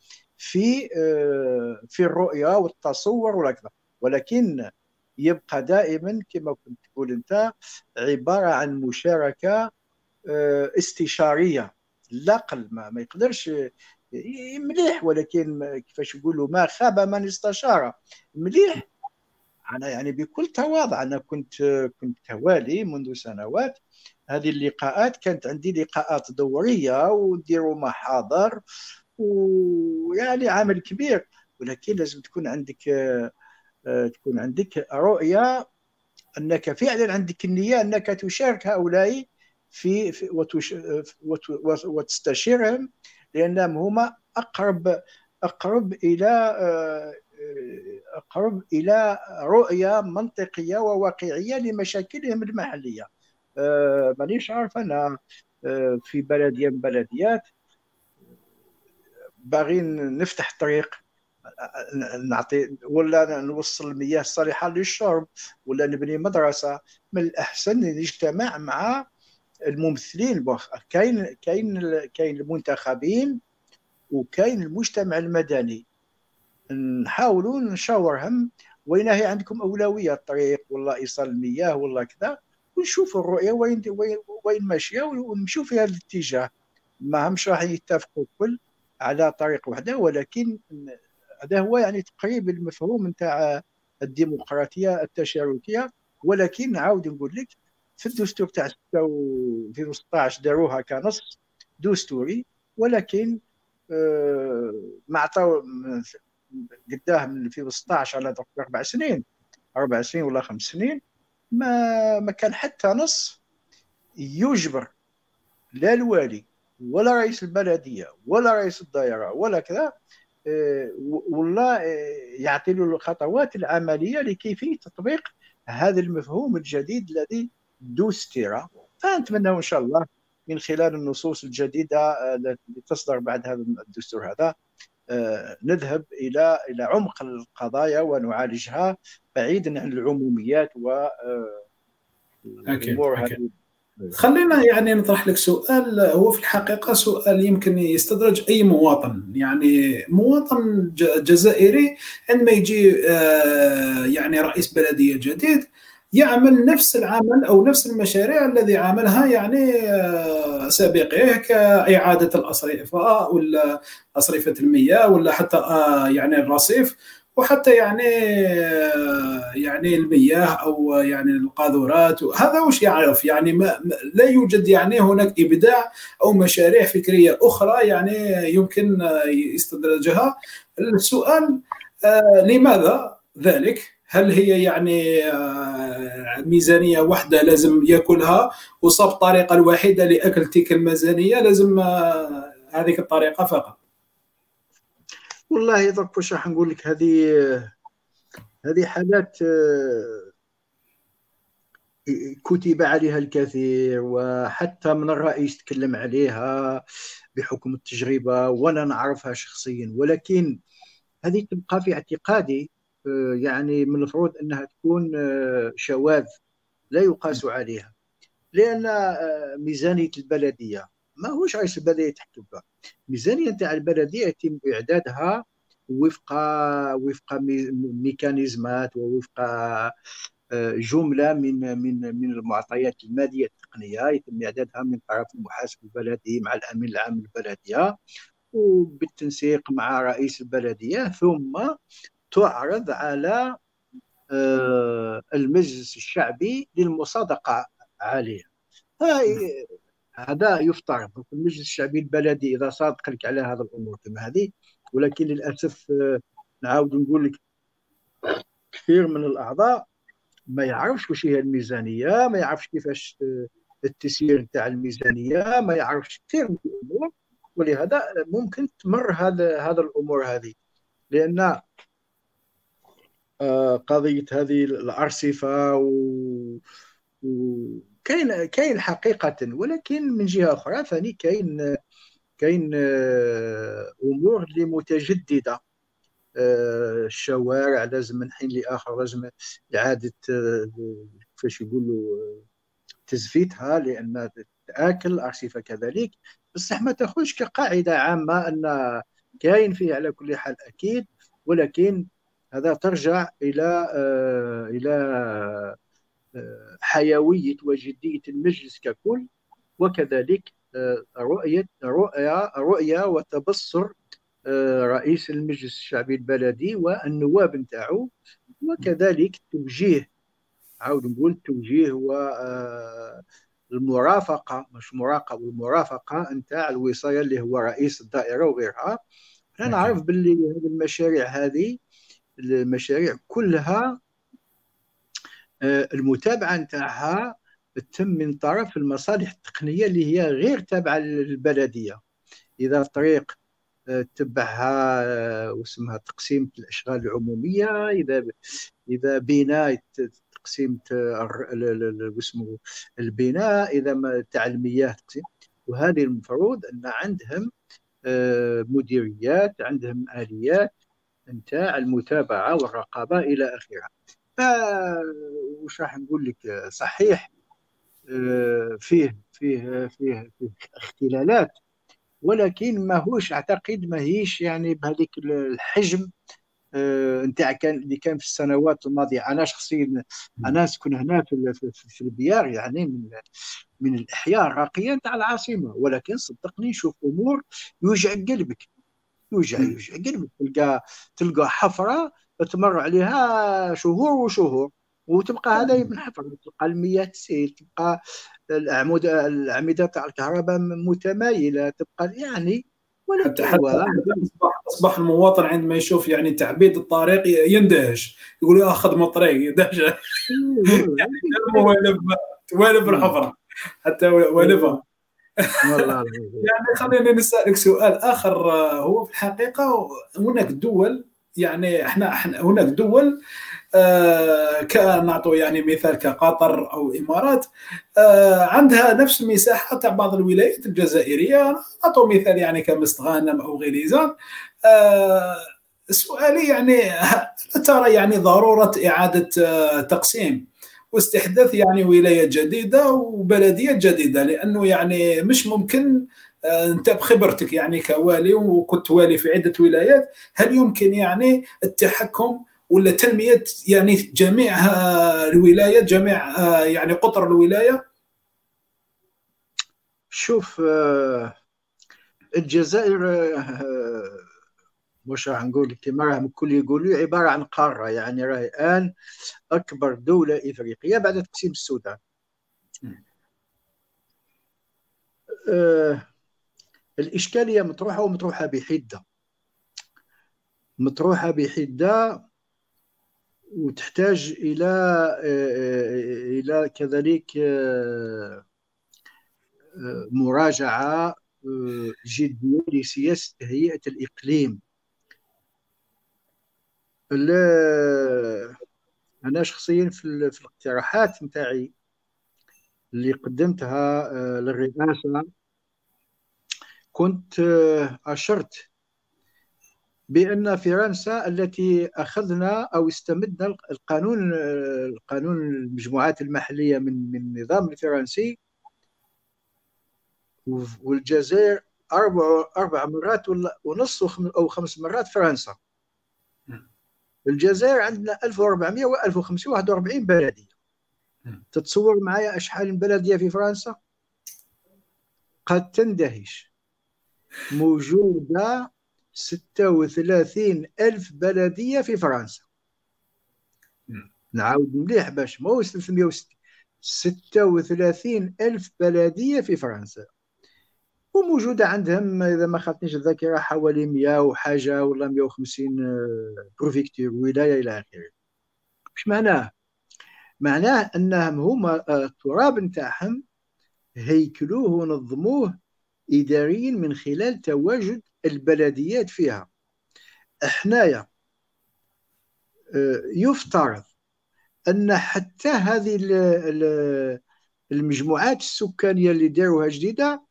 في الرؤية والتصور ولا كذا، ولكن يبقى دائما كما كنت تقول أنت عبارة عن مشاركة استشارية لا قل. ما يقدرش مليح، ولكن كيفاش يقولوا ما خاب من استشار. مليح. أنا يعني بكل تواضع، أنا كنت كوالي منذ سنوات. هذه اللقاءات كانت عندي لقاءات دورية ونديروا محاضر ويعني عمل كبير، ولكن لازم تكون عندك رؤية، أنك فعلا عندك النية أنك تشارك هؤلاء وتستشيرهم، لأنهم هما أقرب إلى رؤية منطقية وواقعية لمشاكلهم المحلية. مانيش عارف أنا في بلدية من بلديات باغين نفتح طريق، نعطي ولا نوصل المياه الصالحة للشرب، ولا نبني مدرسة. من الأحسن نجتمع مع الممثلين. كاين المنتخبين وكاين المجتمع المدني، نحاولوا نشاورهم وين هي عندكم أولوية، الطريق ولا إيصال المياه ولا كذا، ونشوفوا الرؤية وين ماشية ونمشوا في هذا الاتجاه. ما همش راح يتفقوا الكل على طريق واحدة، ولكن هذا هو يعني تقريبا المفهوم نتاع الديمقراطية التشاركية. ولكن نعاود نقول لك، في الدستور تاع 2016 داروها كنص دستوري، ولكن ما عطاو قداه من 2016 على 4 سنين، 4 سنين ولا 5 سنين، ما كان حتى نص يجبر لا الوالي ولا رئيس البلدية ولا رئيس الدائرة ولا كذا والله يعطي له الخطوات العملية لكيفية تطبيق هذا المفهوم الجديد الذي دوستيرا. فنتمنى إن شاء الله من خلال النصوص الجديدة التي تصدر بعد هذا الدستور هذا نذهب إلى عمق القضايا ونعالجها بعيدا عن العموميات والأمور هذه. خلينا يعني نطرح لك سؤال، هو في الحقيقة سؤال يمكن يستدرج أي مواطن، يعني مواطن جزائري عندما يجي يعني رئيس بلدية جديد يعمل نفس العمل أو نفس المشاريع الذي عملها يعني سابقيه، كإعادة الأصرفة ولا أصرفة المياه ولا حتى يعني الرصيف، وحتى يعني المياه او يعني القاذورات. هذا وش يعرف يعني لا يوجد يعني هناك ابداع او مشاريع فكريه اخرى يعني يمكن يستدرجها. السؤال لماذا ذلك؟ هل هي يعني ميزانيه واحده لازم ياكلها، وصف الطريقه الوحيده لاكل تلك الميزانيه لازم هذه الطريقه فقط؟ والله درك واش راح نقول لك، هذه حالات كتب عليها الكثير، وحتى من الرئيس تكلم عليها بحكم التجربة وأنا نعرفها شخصيا. ولكن هذه تبقى في اعتقادي يعني من المفروض أنها تكون شواذ لا يقاس عليها، لأن ميزانية البلدية ما هوش رئيس البلدية يتحكم بها. ميزانية تاع البلدية يتم إعدادها وفق ميكانيزمات ووفق جملة من المعطيات المالية التقنية يتم إعدادها من طرف المحاسب البلدي مع الأمين العام للبلدية وبالتنسيق مع رئيس البلدية، ثم تعرض على المجلس الشعبي للمصادقة عليه. هذا يفترض المجلس الشعبي البلدي إذا صادق لك على هذا الأمور كما هذه. ولكن للأسف نعاود نقول لك كثير من الأعضاء ما يعرفش واش هي الميزانية، ما يعرفش كيفاش التسيير تاع الميزانية، ما يعرفش كثير من الأمور. ولهذا ممكن تمر هذا الأمور هذه، لأن قضية هذه الأرصفة كاين حقيقة. ولكن من جهة أخرى ثاني كاين أمور اللي متجددة. الشوارع لازم من حين لآخر لازم إعادة كيفاش يقولوا تزفيتها، لأن تآكل الأرصفة كذلك، بصح ما تاخذش كقاعدة عامة أن كاين فيه على كل حال أكيد، ولكن هذا ترجع إلى حيوية وجدية المجلس ككل، وكذلك رؤية وتبصر رئيس المجلس الشعبي البلدي والنواب نتاعو، وكذلك توجيه، عاود نقول توجيه والمرافقة، مش مراقبة، المرافقة نتاع الوصاية اللي هو رئيس الدائرة وغيرها. أنا نعرف باللي هذه المشاريع كلها المتابعة نتاعها تتم من طرف المصالح التقنية اللي هي غير تابعة للبلدية. إذا طريق تبعها واسمها تقسيم الأشغال العمومية، إذا بناء تقسيم واسمه البناء، إذا تاع المياه تقسيم. وهذه المفروض أن عندهم مديريات، عندهم آليات نتاع المتابعة والرقابة إلى آخره. وش راح نقول لك، صحيح فيه اختلالات، ولكن ماهوش اعتقد ماهيش يعني بهذيك الحجم نتاع اللي كان في السنوات الماضيه. انا شخصيا انا اسكن هنا في البيار، يعني من الاحياء الراقيه نتاع العاصمه، ولكن صدقني نشوف امور يوجع قلبك، يوجع قلبك. تلقى حفره تمر عليها شهور وشهور وتبقى هذا من حفره، تلقى المياه تسيل، تبقى الأعمدة تاع الكهرباء متمايلة، تبقى يعني. حتى اصبح المواطن عندما يشوف يعني تعبيد الطريق يندهش، يقول يا خدمه الطريق يندهش يعني توالف الحفره حتى والفها. والله يعني خلينا نسألك سؤال آخر. هو في الحقيقة هناك دول، يعني احنا هناك دول كنعطوا يعني مثال كقطر أو الإمارات عندها نفس المساحة تاع بعض الولايات الجزائرية. نعطوا مثال يعني كمست غانم أو غليزان. سؤالي يعني هل ترى يعني ضرورة إعادة تقسيم واستحداث يعني ولاية جديدة وبلدية جديدة؟ لأنه يعني مش ممكن أنت بخبرتك يعني كوالي وكنت والي في عدة ولايات، هل يمكن يعني التحكم ولا تنمية يعني جميع الولايات، جميع يعني قطر الولاية؟ شوف الجزائر مش راح نقول لك كما راهم الكل يقولوا عبارة عن قارة، يعني راهي الآن أكبر دولة إفريقية بعد تقسيم السودان. الإشكالية مطروحة بحدة، وتحتاج إلى كذلك مراجعة جدية لسياسة تهيئة الإقليم. أنا شخصيا في الاقتراحات نتاعي اللي قدمتها للرئاسة كنت أشرت بأن فرنسا التي أخذنا أو استمدنا القانون المجموعات المحلية من النظام الفرنسي، والجزائر 4.5 أو 5 مرات فرنسا. الجزائر عندنا 1400 و 1541 بلدية. تتصور معايا أشحال بلدية في فرنسا؟ قد تندهش. موجودة 36,000 بلدية في فرنسا. نعاود مليح باش مو 360، 36,000 بلدية في فرنسا. وموجودة عندهم إذا ما خاطنيش الذاكرة حوالي 100 وحاجة ولا 150 بروفيكتور، ولاية إلى آخره. مش معناه أنهم هما التراب نتاعهم هيكلوه ونظموه إداريا من خلال تواجد البلديات فيها. إحنايا يفترض أن حتى هذه المجموعات السكانية اللي داروها جديدة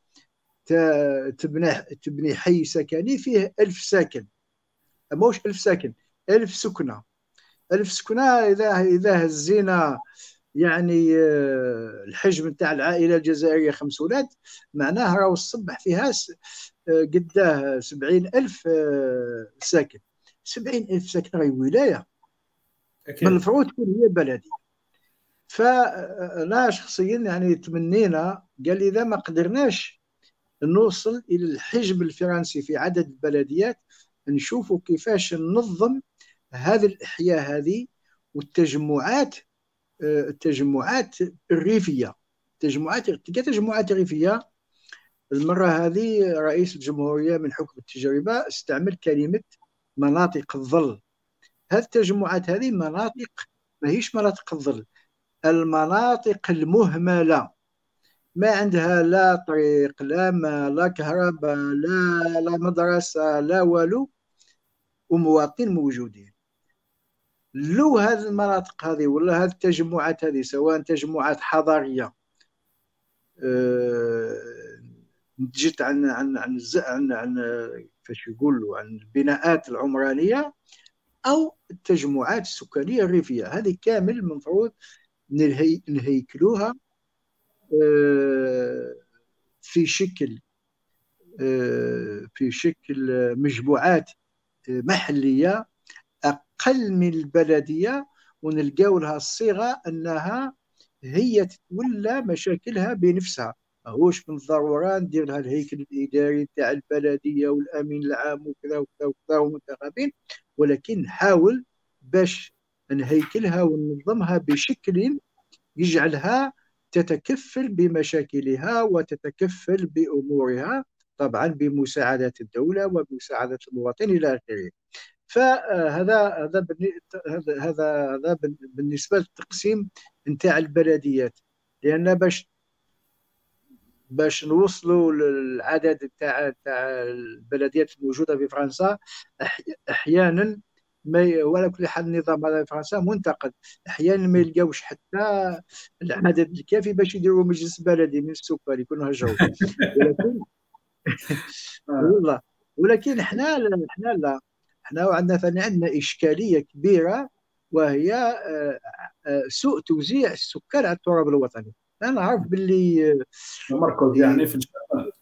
تبني حي سكني فيه 1000 ساكن، موش 1000 ساكن، 1000 سكنة. 1000 سكنة إذا هزينا يعني الحجم نتاع العائله الجزائريه 5 اولاد، معناه راهو الصبح فيها قداه 70,000 ساكن. 70,000 ساكن راهي ولايه، من اكيد. المفروض تكون هي بلديه. فانا شخصيا يعني تمنينا، قال لي اذا ما قدرناش نوصل الى الحجم الفرنسي في عدد البلديات، نشوفوا كيفاش ننظم هذه الاحياء هذه والتجمعات، التجمعات الريفيه، تجمعات ريفيه. المره هذه رئيس الجمهوريه من حكم التجربه استعمل كلمه مناطق الظل. هذه التجمعات هذه مناطق، ما هيش مناطق الظل، المناطق المهمله، ما عندها لا طريق لا ماء لا كهرباء لا مدرسه لا والو، ومواطنين موجودين. لو هذه المناطق هذه ولا هذه التجمعات هذه، سواء تجمعات حضاريه نتجت عن كيفاش يقولوا عن البناءات العمرانيه، او التجمعات السكانيه الريفيه، هذه كامل المفروض نهيكلوها آه، في شكل في شكل مجموعات محليه اقل من البلديه، ونلقاو لها الصيغه انها هي تتولى مشاكلها بنفسها. ماهوش من الضروره ندير لها الهيكل الاداري تاع البلديه والامين العام وكذا وكذا وكذا والمنتخبين، ولكن نحاول باش نهيكلها وننظمها بشكل يجعلها تتكفل بمشاكلها وتتكفل بامورها، طبعا بمساعده الدوله وبمساعده المواطن الى اخره. فهذا بالنسبه للتقسيم نتاع البلديات. لان باش نوصلوا للعدد تاع البلديات الموجوده في فرنسا، احيانا ما ولا كل حال النظام هذا في فرنسا منتقد، احيانا ما يلقاوش حتى العدد الكافي باش يديروا مجلس بلدي من السكان يكونوا هجروا. ولكن والله، ولكن احنا لا، احنا عندنا ثاني عندنا اشكاليه كبيره، وهي سوء توزيع السكان على التراب الوطني. انا عارف باللي تمركز يعني في الشمال.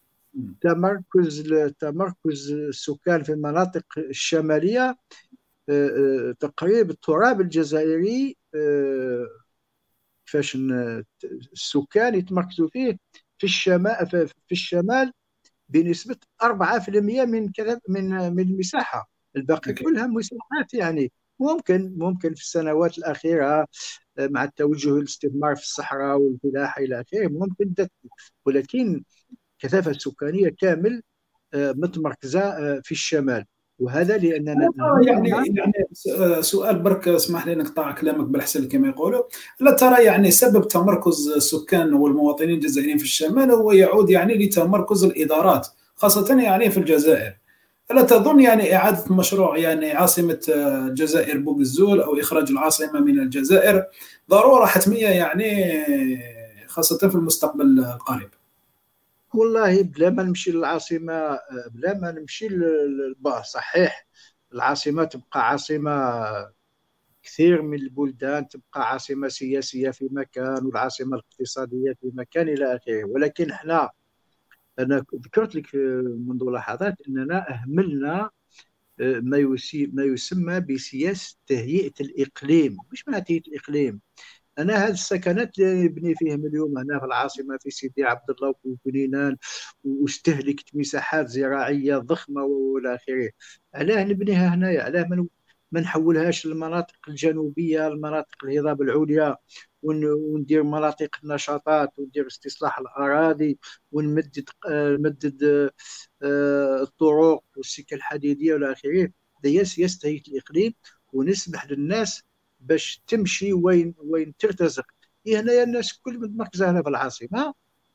تمركز السكان في المناطق الشماليه، تقريب التراب الجزائري فاش السكان يتمركزوا فيه في الشمال بنسبة 4% من كذا من المساحة. الباقي أكيد. كلها مساحات يعني ممكن في السنوات الأخيرة مع التوجه للاستثمار في الصحراء والفلاحة إلى آخره ممكن ولكن كثافة السكانية كامل متمركزة في الشمال. وهذا لأننا يعني سؤال برك، اسمح لي نقطع كلامك بالحسن كما يقولوا. لا ترى يعني سبب تمركز السكان والمواطنين الجزائريين في الشمال هو يعود يعني لتمركز الإدارات خاصة يعني في الجزائر؟ ألا تظن يعني إعادة مشروع يعني عاصمة الجزائر بوغزول أو إخراج العاصمة من الجزائر ضرورة حتمية يعني خاصة في المستقبل القريب؟ والله بلا ما نمشي للعاصمة، بلا ما نمشي صحيح العاصمة تبقى عاصمة، كثير من البلدان تبقى عاصمة سياسية في مكان والعاصمة الاقتصادية في مكان إلى آخره. ولكن أنا ذكرت لك منذ لحظات أننا أهملنا ما يسمى بسياسة تهيئة الإقليم. مش معنى تهيئة الإقليم، انا هذه السكنات اللي نبني فيهم اليوم هنا في العاصمه في سيدي عبد الله وبنينان واستهلكت مساحات زراعيه ضخمه والى اخره، علاه نبنيها هنايا؟ علاه ما نحولهاش للمناطق الجنوبيه، المناطق الهضاب العليا، وندير مناطق النشاطات وندير استصلاح الاراضي ونمدد الطرق والسكه الحديديه والى اخره. هي سياسه تهيئه الاقليم، ونسمح للناس باش تمشي وين ترتزق. هنا الناس كل متمركزه هنا في العاصمه.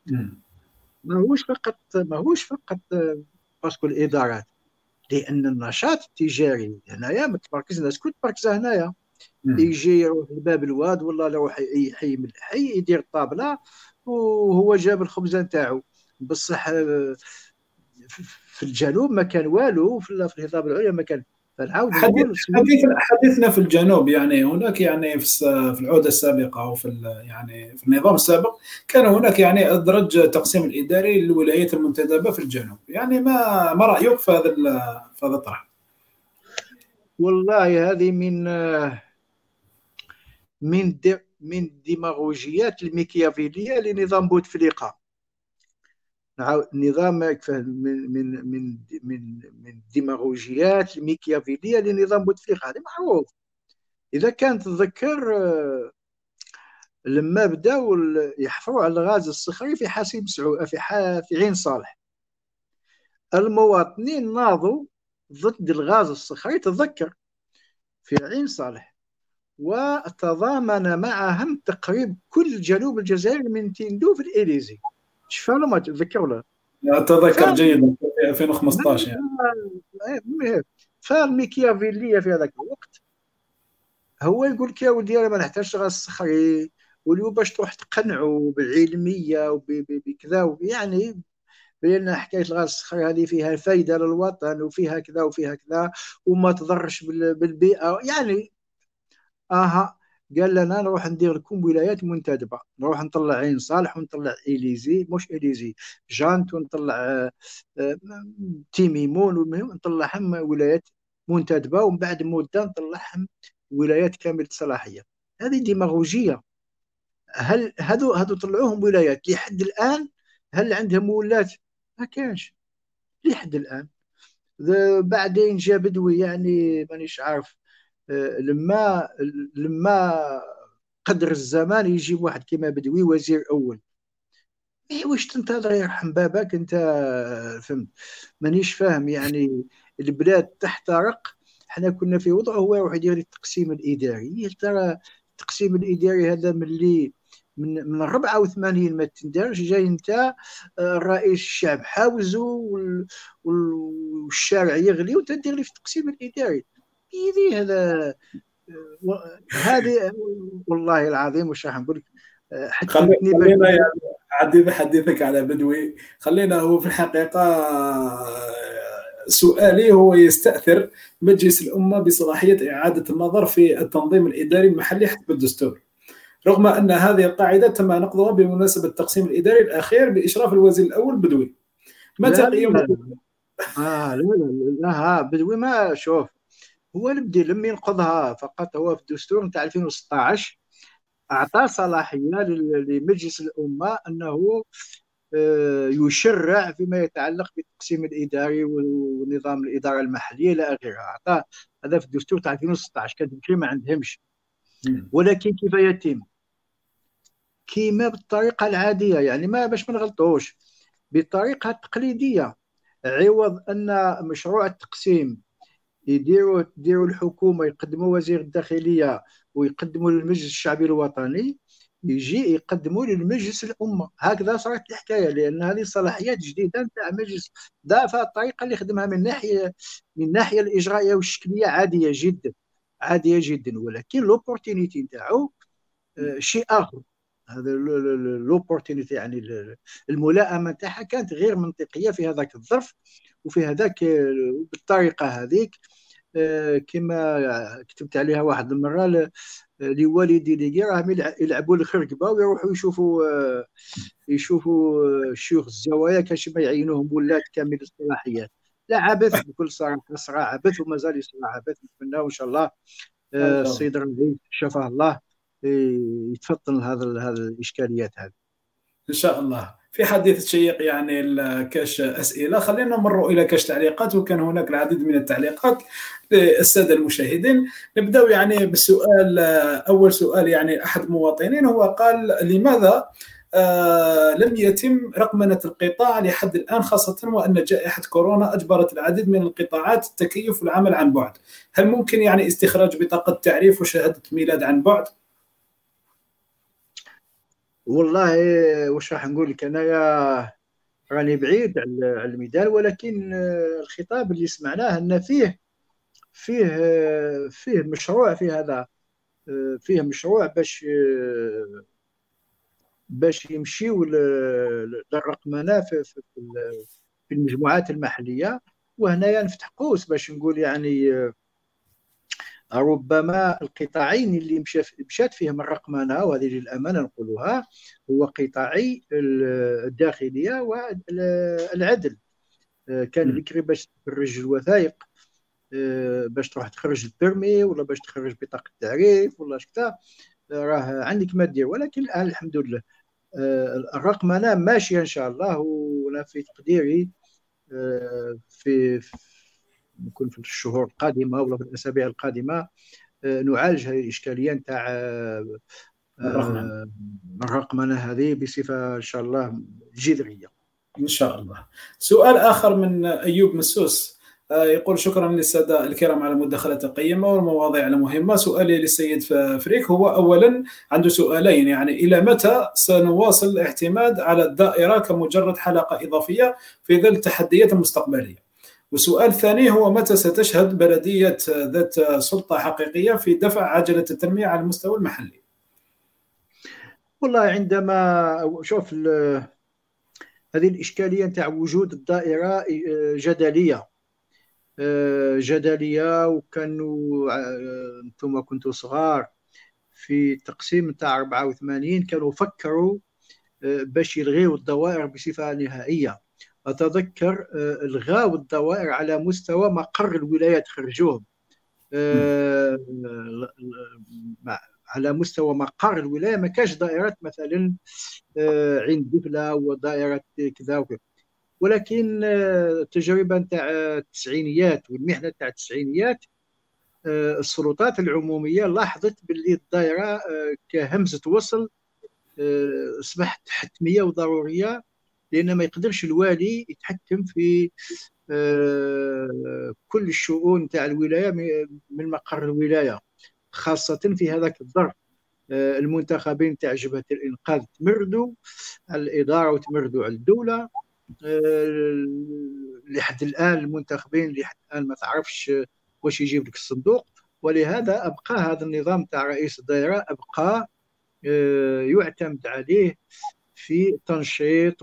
ماهوش فقط باسكو الادارات، لان النشاط التجاري هنايا متمركز، الناس كل متمركزه هنايا. يجي يروح لباب الواد ولا يروح اي حي من الحي يدير طابله وهو جاب الخبزه نتاعو. بصح في الجنوب ما كان والو، في الهضاب العليا ما كان. فنعاود نقول حديثنا في الجنوب، يعني هناك يعني في العهدة السابقة أو يعني في النظام السابق كان هناك يعني أدرج التقسيم الإداري للولايات المنتدبة في الجنوب. يعني ما رأيك في هذا الطرح؟ والله هذه من ديماغوجيات الميكيافيلية لنظام بوتفليقة. نظام من ديماغوجيات الميكيافيلية لنظام بوتفليقة، هذا معروف. إذا كانت تذكر لما بداوا يحفروا على الغاز الصخري في حاسيب سعود في عين صالح، المواطنين ناضوا ضد الغاز الصخري، تذكر، في عين صالح، وتضامن معهم تقريبا كل جنوب الجزائر من تندوف الإليزي. شفا ولا ما تذكر ولا؟ أتذكر جيدا في 2015 يعني. فالميكيافيلية في هذاك الوقت هو يقول لك يا ولدي انا ما نحتاجش غاز صخري، واليوم باش تروح تقنعوا بالعلميه وبكذا، يعني بان حكايه الغاز الصخري هذه فيها فائده للوطن وفيها كذا وفيها كذا وما تضرش بالبيئه، يعني قال لنا نروح ندير لكم ولايات منتدبه، نروح نطلع عين صالح ونطلع اليزي، مش اليزي، جانت، ونطلع آه، تيميمون، والمهم نطلعهم ولايات منتدبه، ومن بعد مده نطلعهم ولايات كامله الصلاحيه. هذه ديماغوجيه. هل هذو طلعوهم ولايات لحد الان؟ هل عندهم ولات؟ ما كانش لحد الان. بعدين جاء بدوي، يعني مانيش عارف، لما قدر الزمان يجيب واحد كما بدوي وزير اول. إيه واش تنتظر يرحم باباك انت؟ فهمت؟ مانيش فاهم يعني. البلاد تحترق، احنا كنا في وضع هو يروح يدير التقسيم الاداري. ترى التقسيم الاداري هذا من 84 ما تندرج، جاي انت رئيس الشعب حاوزه والشارع يغلي وتدير لي في التقسيم الاداري. هذا هذه والله العظيم وش راح نقول لك، حتتني خلينا يعني أعدي بحديثك على بدوي. خلينا، هو في الحقيقة سؤالي هو يستأثر مجلس الأمة بصلاحية إعادة النظر في التنظيم الإداري المحلي حسب الدستور، رغم أن هذه القاعدة تم نقضها بمناسبة التقسيم الإداري الأخير بإشراف الوزير الأول بدوي. ما لا تقييم؟ لا لا لا بدوي ما شوف. هو نبدي لم ينقضها فقط، هو في الدستور نتاع 2016 أعطى صلاحية لمجلس الأمة أنه يشرع فيما يتعلق بالتقسيم الإداري ونظام الإدارة المحلية إلى آخره. أعطاه هذا في الدستور تاع 2016، كانت بكري ما عندهمش. ولكن كيف يتم؟ كيما بالطريقة العادية، يعني ما باش ما نغلطوش، بالطريقة التقليدية. عوض أن مشروع التقسيم يديروا الحكومة، يقدموا وزير الداخلية ويقدموا للمجلس الشعبي الوطني، يجي يقدموا للمجلس الأمة. هكذا صارت الحكاية، لأن هذه صلاحيات جديدة نتاع مجلس. فالطريقة اللي خدمها من الناحية الإجرائية والشكلية عادية جدا، عادية جدا. ولكن لوبورتينيتي نتاعو شيء آخر. هذا لوبورتينيتي، يعني الملائمة نتاعها كانت غير منطقية في هذاك الظرف وفي هذاك بالطريقة هذيك. كما كتبت عليها واحد المرة لوالدي اللي راهم يلعبوا الخرقبة ويروحوا يشوفوا شيوخ الزوايا كاش ما يعينوهم ولات كامل الصلاحيات. لا، عبث بكل صراحة، صراحة عبث ومازال يصير عبث. نتمنى إن شاء الله السيد الرئيس شفاه الله يتفطن هذا الإشكاليات هذه إن شاء الله. في حديث شيق يعني كاش أسئلة، خلينا نمر إلى كاش تعليقات، وكان هناك العديد من التعليقات للسادة المشاهدين. نبدأ يعني بالسؤال. أول سؤال يعني أحد المواطنين هو قال: لماذا لم يتم رقمنة القطاع لحد الآن، خاصة وأن جائحة كورونا أجبرت العديد من القطاعات التكيف والعمل عن بعد؟ هل ممكن يعني استخراج بطاقة تعريف وشهادة ميلاد عن بعد؟ والله واش راح نقول لك انايا، راني بعيد على الميدان، ولكن الخطاب اللي سمعناه ان فيه مشروع في هذا، فيه مشروع باش يمشيوا للرقمنه في المجموعات المحليه. وهنايا نفتح قوس باش نقول يعني ربما القطاعين اللي مشات فيهم الرقمنة، وهذه للأمانة نقولها، هو قطاعي الداخلية والعدل. كان بكري باش تخرج الوثائق، باش تروح تخرج البيرمي ولا باش تخرج بطاقة التعريف ولا كذا، راه عندك ما دير. ولكن الآن الحمد لله الرقمنة ماشية إن شاء الله. وأنا في تقديري في ممكن في الشهور القادمة ولا في الأسابيع القادمة نعالج هذه الإشكالية نتاع الرقمنة هذه بصفة إن شاء الله جذرية إن شاء الله. سؤال آخر من أيوب مسوس يقول: شكرا للسادة الكرام على المداخلة القيمة والمواضيع المهمة. سؤالي للسيد فريك هو أولا، عنده سؤالين، يعني إلى متى سنواصل الاعتماد على الدائرة كمجرد حلقة إضافية في ظل التحديات المستقبلية؟ وسؤال ثاني هو: متى ستشهد بلدية ذات سلطة حقيقية في دفع عجلة التنمية على المستوى المحلي؟ والله عندما شوف هذه الإشكالية نتاع وجود الدائرة جدلية. وكانوا أنتم كنتوا صغار في التقسيم نتاع 84 كانوا فكروا باش يلغيوا الدوائر بصفة نهائية. أتذكر الغاو الدوائر على مستوى مقر الولايات، خرجوهم على مستوى مقر الولاية. ما كاش دائرات مثلا عين دفلة ودائرة كذا وكذا. ولكن التجربة نتاع التسعينيات والمحنة نتاع التسعينيات السلطات العمومية لاحظت باللي الدائرة كهمزة وصل أصبحت حتمية وضرورية، لأن ما يقدرش الوالي يتحكم في كل الشؤون نتاع الولاية من مقر الولاية، خاصة في هذاك الظرف. المنتخبين تاع جبهة الإنقاذ تمردوا على الإدارة وتمردوا على الدولة. لحد الآن المنتخبين لحد الآن ما تعرفش واش يجيب لك الصندوق. ولهذا أبقى هذا النظام تاع رئيس الدائرة أبقى يعتمد عليه في تنشيط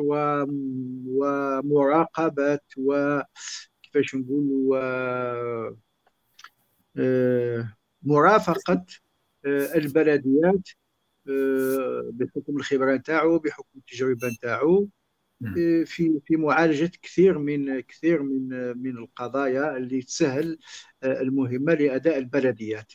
ومراقبة وكيفاش نقولوا مرافقة البلديات بحكم الخبرة نتاعو، بحكم التجربة نتاعو في معالجة كثير من القضايا اللي تسهل المهمة لأداء البلديات.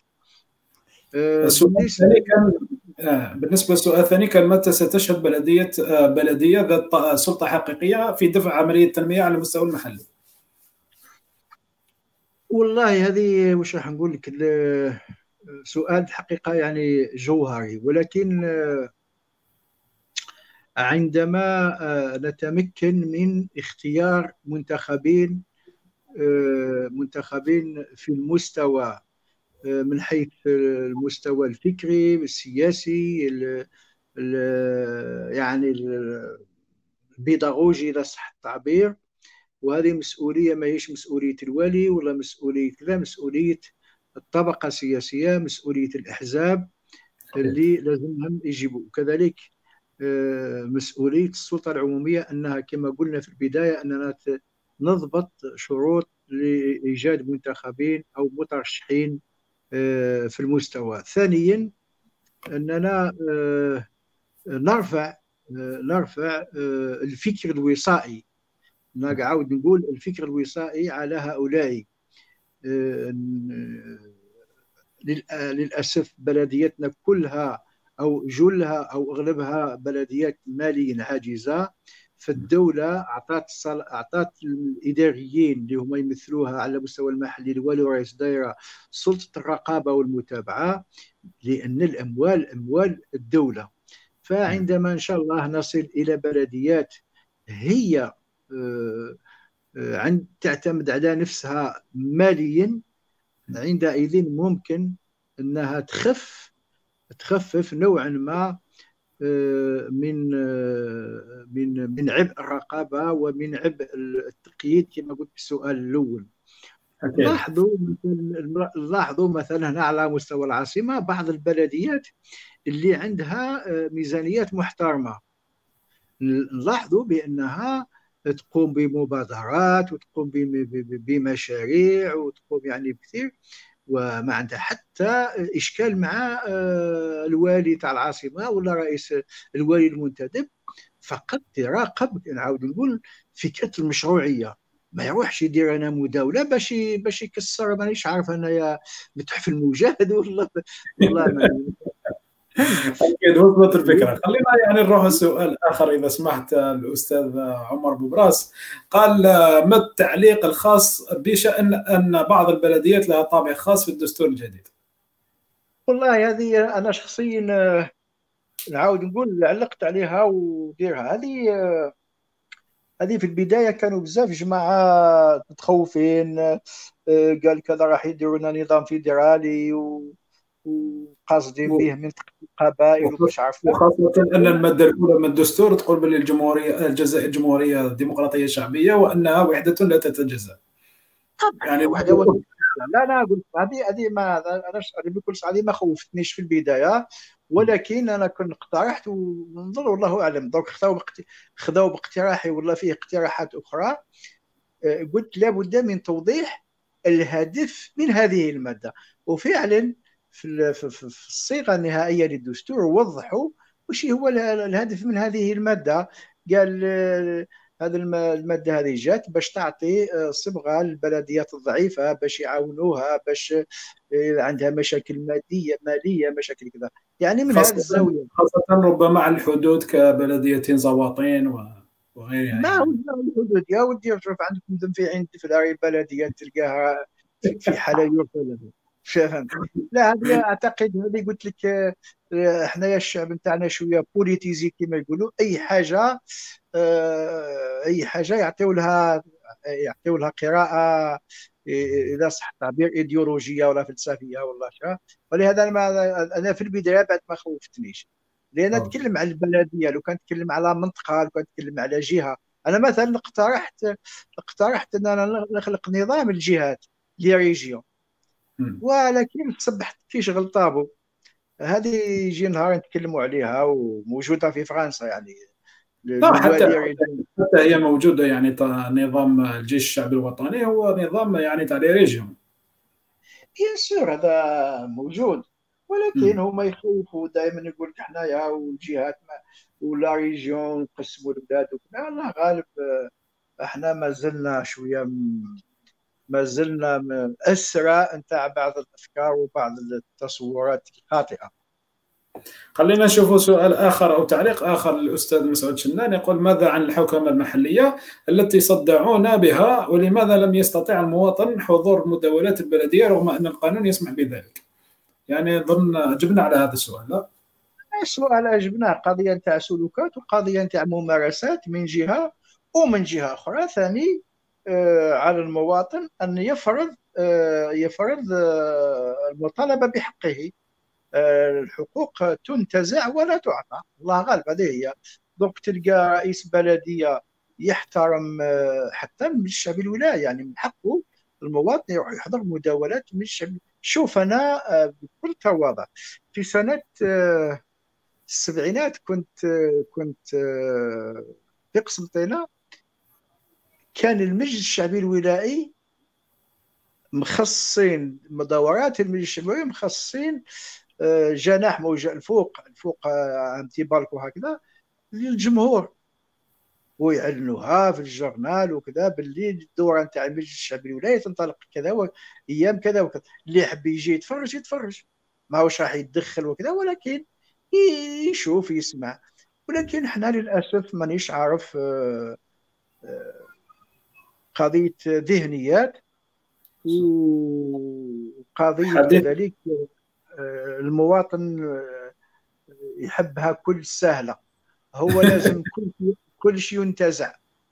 بالنسبة للسؤال الثاني كان: متى ستشهد بلدية ذات سلطة حقيقية في دفع عملية التنمية على المستوى المحلي؟ والله هذه واش راح نقول لك، سؤال الحقيقة يعني جوهري. ولكن عندما نتمكن من اختيار منتخبين في المستوى من حيث المستوى الفكري السياسي يعني البيداغوجي إذا صح التعبير. وهذه مسؤولية، ما هيش مسؤولية الوالي ولا مسؤولية كذا، مسؤولية الطبقة السياسية، مسؤولية الأحزاب اللي لازمهم يجيبوا. وكذلك مسؤولية السلطة العمومية أنها كما قلنا في البداية أننا نضبط شروط لإيجاد منتخبين أو مترشحين في المستوى. ثانيا أننا نرفع الفكر الوصائي. نعاود نقول الفكر الوصائي على هؤلاء. للأسف بلدياتنا كلها أو جلها أو أغلبها بلديات ماليا عاجزة. فالدولة أعطت الإداريين اللي هم يمثلوها على مستوى المحلي، الوالي ورئيس الدائرة، سلطة الرقابة والمتابعة، لأن الأموال أموال الدولة. فعندما إن شاء الله نصل إلى بلديات هي تعتمد على نفسها ماليا، عندئذ ممكن أنها تخفف نوعا ما من عبء الرقابة ومن عبء التقييد كما قلت في السؤال الأول. لاحظوا مثلا هنا على مستوى العاصمة بعض البلديات اللي عندها ميزانيات محترمة، نلاحظوا بأنها تقوم بمبادرات وتقوم بمشاريع وتقوم يعني بكثير، وما عندها حتى إشكال مع الوالي تاع العاصمة ولا رئيس الوالي المنتدب. فقط يراقب، نعاود نقول، فكرة المشروعية. ما يروحش يدير انا مداوله باش يكسر، مانيش عارف انايا متحف المجاهد والله ما فهمتني. أكيد وصلت الفكرة. خلينا يعني نروح لسؤال آخر إذا سمحت الأستاذ عمر بوبراس. قال ما التعليق الخاص بشأن أن بعض البلديات لها طابع خاص في الدستور الجديد؟ والله هذه انا شخصيا نعاود نقول علقت عليها وديرها. هذه في البدايه كانوا بزاف جماعه متخوفين، قال كذا راح يديروا لنا نظام فيدرالي وقاصدين به منطقه القبائل ومش عارفه. وخاصة أن المادة الأولى من الدستور تقول بأن الجزائر جمهورية ديمقراطية شعبية وأنها وحدة لا تتجزأ. طبعا يعني وحده. لا لا، قلت هذه ما انا بكل صراحه ما خوفتنيش في البدايه، ولكن انا كنت اقترحت ونظر والله اعلم. دونك خذوا باقتراحي ولا فيه اقتراحات اخرى. قلت لابد من توضيح الهدف من هذه الماده، وفعلا في الصيغه النهائيه للدستور وضحوا وش هو الهدف من هذه الماده. قال هذه الماده هذه جات باش تعطي صبغه للبلديات الضعيفه، باش يعاونوها، باش عندها مشاكل ماليه مشاكل كذا، يعني من هذه الزاويه. خاصة ربما على الحدود كبلدية زواطين وغيرها ما هو يعني. الحدود يا ودي، شوف عندكم تنفيذ في البلديه تلقاها في حاله يرثى. فهمت؟ لا هذه اعتقد، هذه قلت لك احنا الشعب نتاعنا شويه بوليتيزي كما يقولوا. اي حاجه يعطيو لها قراءه، اذا صح التعبير ايديولوجيه ولا فلسفيه ولا شيء. ولهذا انا في البدايه بعد ما خوفتنيش، لان اتكلم على البلديه. لو كان نتكلم على منطقه، لو كان نتكلم على جهه، انا مثلا اقترحت ان انا نخلق نظام الجهات لي ريجيون، ولكن تصبحت كيش غلطابو. هذه يجي نهار نتكلموا عليها وموجوده في فرنسا يعني. لا، حتى هي موجودة يعني. نظام الجيش الشعبي الوطني هو نظام يعني تاع لي ريجيون. بيان سور هذا موجود، ولكن هما يخوفوا دائما. يقول لك حنايا والجهات ولا ريجيون نقسموا البلاد وكذا. الله غالب، احنا ما زلنا شويه ما زلنا أسرى نتاع بعض الأفكار وبعض التصورات الخاطئة. خلينا نشوف سؤال آخر أو تعليق آخر للأستاذ مسعود شنان. يقول ماذا عن الحوكمة المحلية التي صدعونا بها، ولماذا لم يستطيع المواطن حضور مداولات البلدية رغم أن القانون يسمح بذلك؟ يعني ظن أجبنا على هذا السؤال. لا، السؤال أجبناه. قضية نتاع سلوكات وقضية نتاع ممارسات من جهة، ومن جهة أخرى ثاني على المواطن أن يفرض المطالبة بحقه. الحقوق تنتزع ولا تعطى، الله غالب. هذه هي. دونك تلقى رئيس بلديه يحترم حتى من الشعب الولايه، يعني من حقه المواطن يروح يحضر مداولات من الشعب. شوف انا بكل تواضع في سنه السبعينات كنت في قسنطينه. كان المجلس الشعبي الولائي مخصصين دورات المجلس الشعبي الولائي، مخصصين جناح موجه الفوق عندي بالك وهكذا للجمهور، ويعلنوها في الجورنال وكذا باللي الدوره نتاع المجلس الشعبي الولايه تنطلق كذا ايام كذا وكذا. اللي يحب يجي يتفرج، ما هوش راح يتدخل وكذا، ولكن يشوف يسمع. ولكن احنا للاسف مانيش عارف قضيه ذهنيات، وقضيه كذلك المواطن يحبها كل سهله. هو لازم كل شيء ينتزع.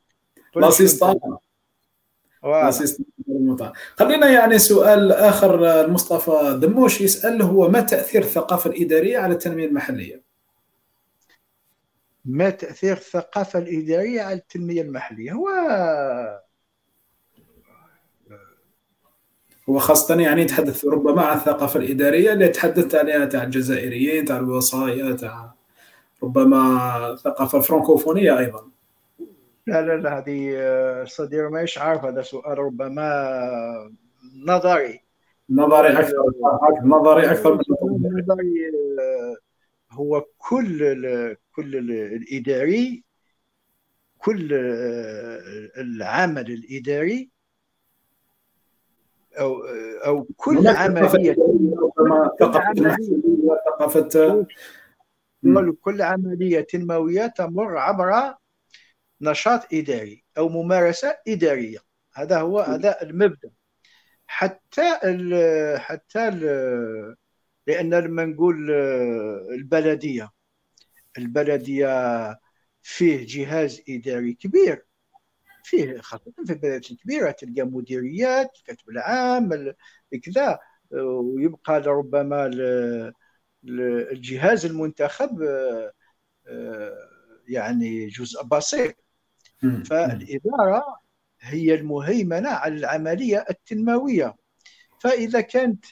خلينا يعني سؤال آخر. المصطفى دموش يسأل هو ما تأثير الثقافة الإدارية على التنمية المحلية؟ ما تأثير الثقافة الإدارية على التنمية المحلية؟ هو خاصة يعني يتحدث ربما عن الثقافة الإدارية اللي تحدثت عليها تاع الجزائريين، تاع الوصايا، تاع ربما الثقافة الفرنكوفونية أيضا. لا هذه صدير ماش عارف. هذا سؤال ربما نظري. نظري اكثر، نظري اكثر من التطبيقي. النظري هو كل الإداري، كل العمل الإداري أو كل عملية كل عملية تنموية تمر عبر نشاط إداري أو ممارسة إدارية. هذا المبدأ. حتى لأن لما نقول البلدية فيه جهاز إداري كبير، فيه خاصة في البلديات الكبيرة تلقى مديريات، الكاتب العام كذا، ويبقى ربما الجهاز المنتخب يعني جزء بسيط. فالإدارة هي المهيمنة على العملية التنموية. فإذا كانت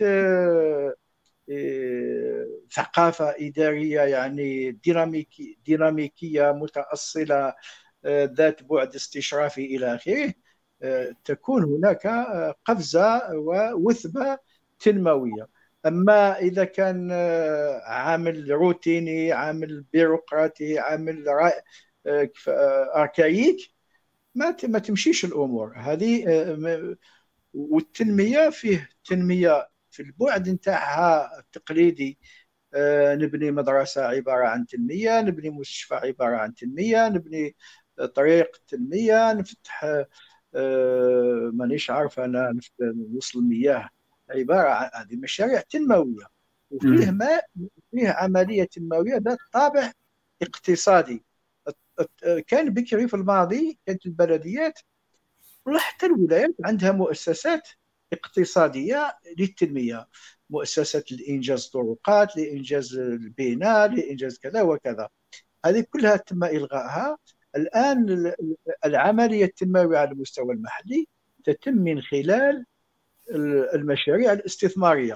ثقافة إدارية يعني ديناميكية متأصلة ذات بعد استشرافي إلى آخره، تكون هناك قفزة ووثبة تنموية. أما إذا كان عامل روتيني، عامل بيروقراطي، عامل أركايك، ما تمشيش الأمور هذه. والتنمية فيه تنمية في البعد نتاعها التقليدي، نبني مدرسة عبارة عن تنمية، نبني مستشفى عبارة عن تنمية، نبني طريق تنمية، نفتح مانيش عارف أنا نوصل المياه، عبارة عن هذه مشاريع تنموية. وفيه فيه عملية تنموية ذات طابع اقتصادي. كان بكري في الماضي كانت البلديات وحتى الولايات عندها مؤسسات اقتصادية للتنمية، مؤسسة لإنجاز طرقات، لإنجاز البناء، لإنجاز كذا وكذا. هذه كلها تم إلغائها. الآن العملية التنموية على المستوى المحلي تتم من خلال المشاريع الاستثمارية.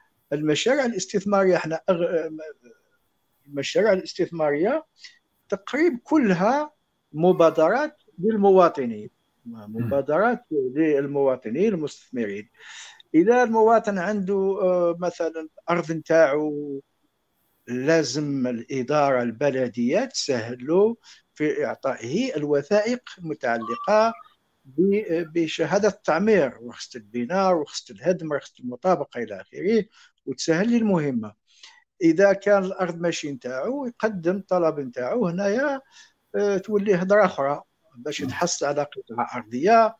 المشاريع الاستثمارية تقريبا كلها مبادرات للمواطنين، مبادرات للمواطنين المستثمرين. إذا المواطن عنده مثلا أرض نتاعو، لازم الإدارة البلدية تسهل له في إعطائه الوثائق المتعلقة بشهادة التعمير، رخصة البناء، رخصة الهدم، رخصة المطابقة إلى آخره، وتسهل لي المهمة. إذا كان الأرض ماشي نتاعو يقدم طلب نتاعو هنايا، تولي هضرة أخرى باش يتحصل على قطعة أرضية،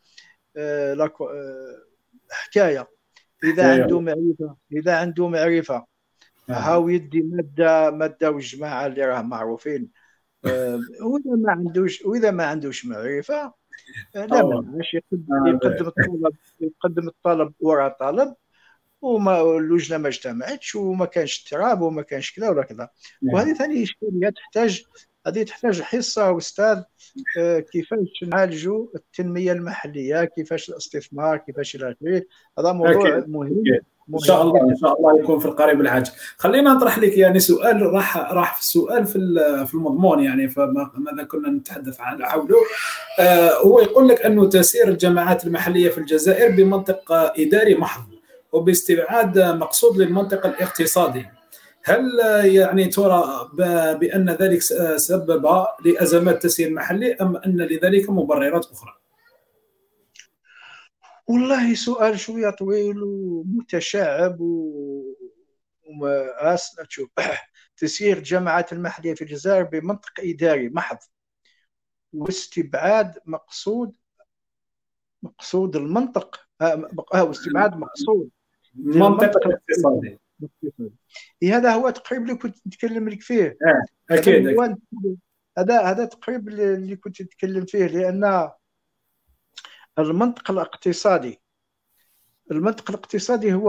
حكاية. إذا عنده معرفة هاو يدي مادة والجماعة اللي راه معروفين. وإذا ما عندوش معرفة لا مانعش يقدم الطلب وراء طلب، وما اللجنه ما اجتمعتش وما كانش تراب وما كانش كذا ولا كذا. وهذه ثاني اشكاليه تحتاج حصه استاذ، كيفاش نعالجوا التنميه المحليه، كيفاش الاستثمار، كيفاش الى اخره. هذا موضوع مهم ان شاء الله يكون في القريب العاجل. خلينا نطرح لك يعني سؤال راح في السؤال في المضمون، يعني فماذا كنا نتحدث حوله. هو يقول لك انه تسير الجماعات المحليه في الجزائر بمنطق اداري محض وباستبعاد مقصود للمنطق الاقتصادي. هل يعني ترى بأن ذلك سبب لأزمات تسيير محلي أم أن لذلك مبررات أخرى؟ والله سؤال شوية طويل ومتشعب تشوف تسيير الجماعات المحلية في الجزائر بمنطق إداري محض واستبعاد مقصود المنطق، واستبعاد مقصود المنطق الاقتصادي. هذا هو تقريبا اللي كنت نتكلم لك فيه. أكيد. هذا تقريبا اللي كنت نتكلم فيه، لأن المنطق الاقتصادي هو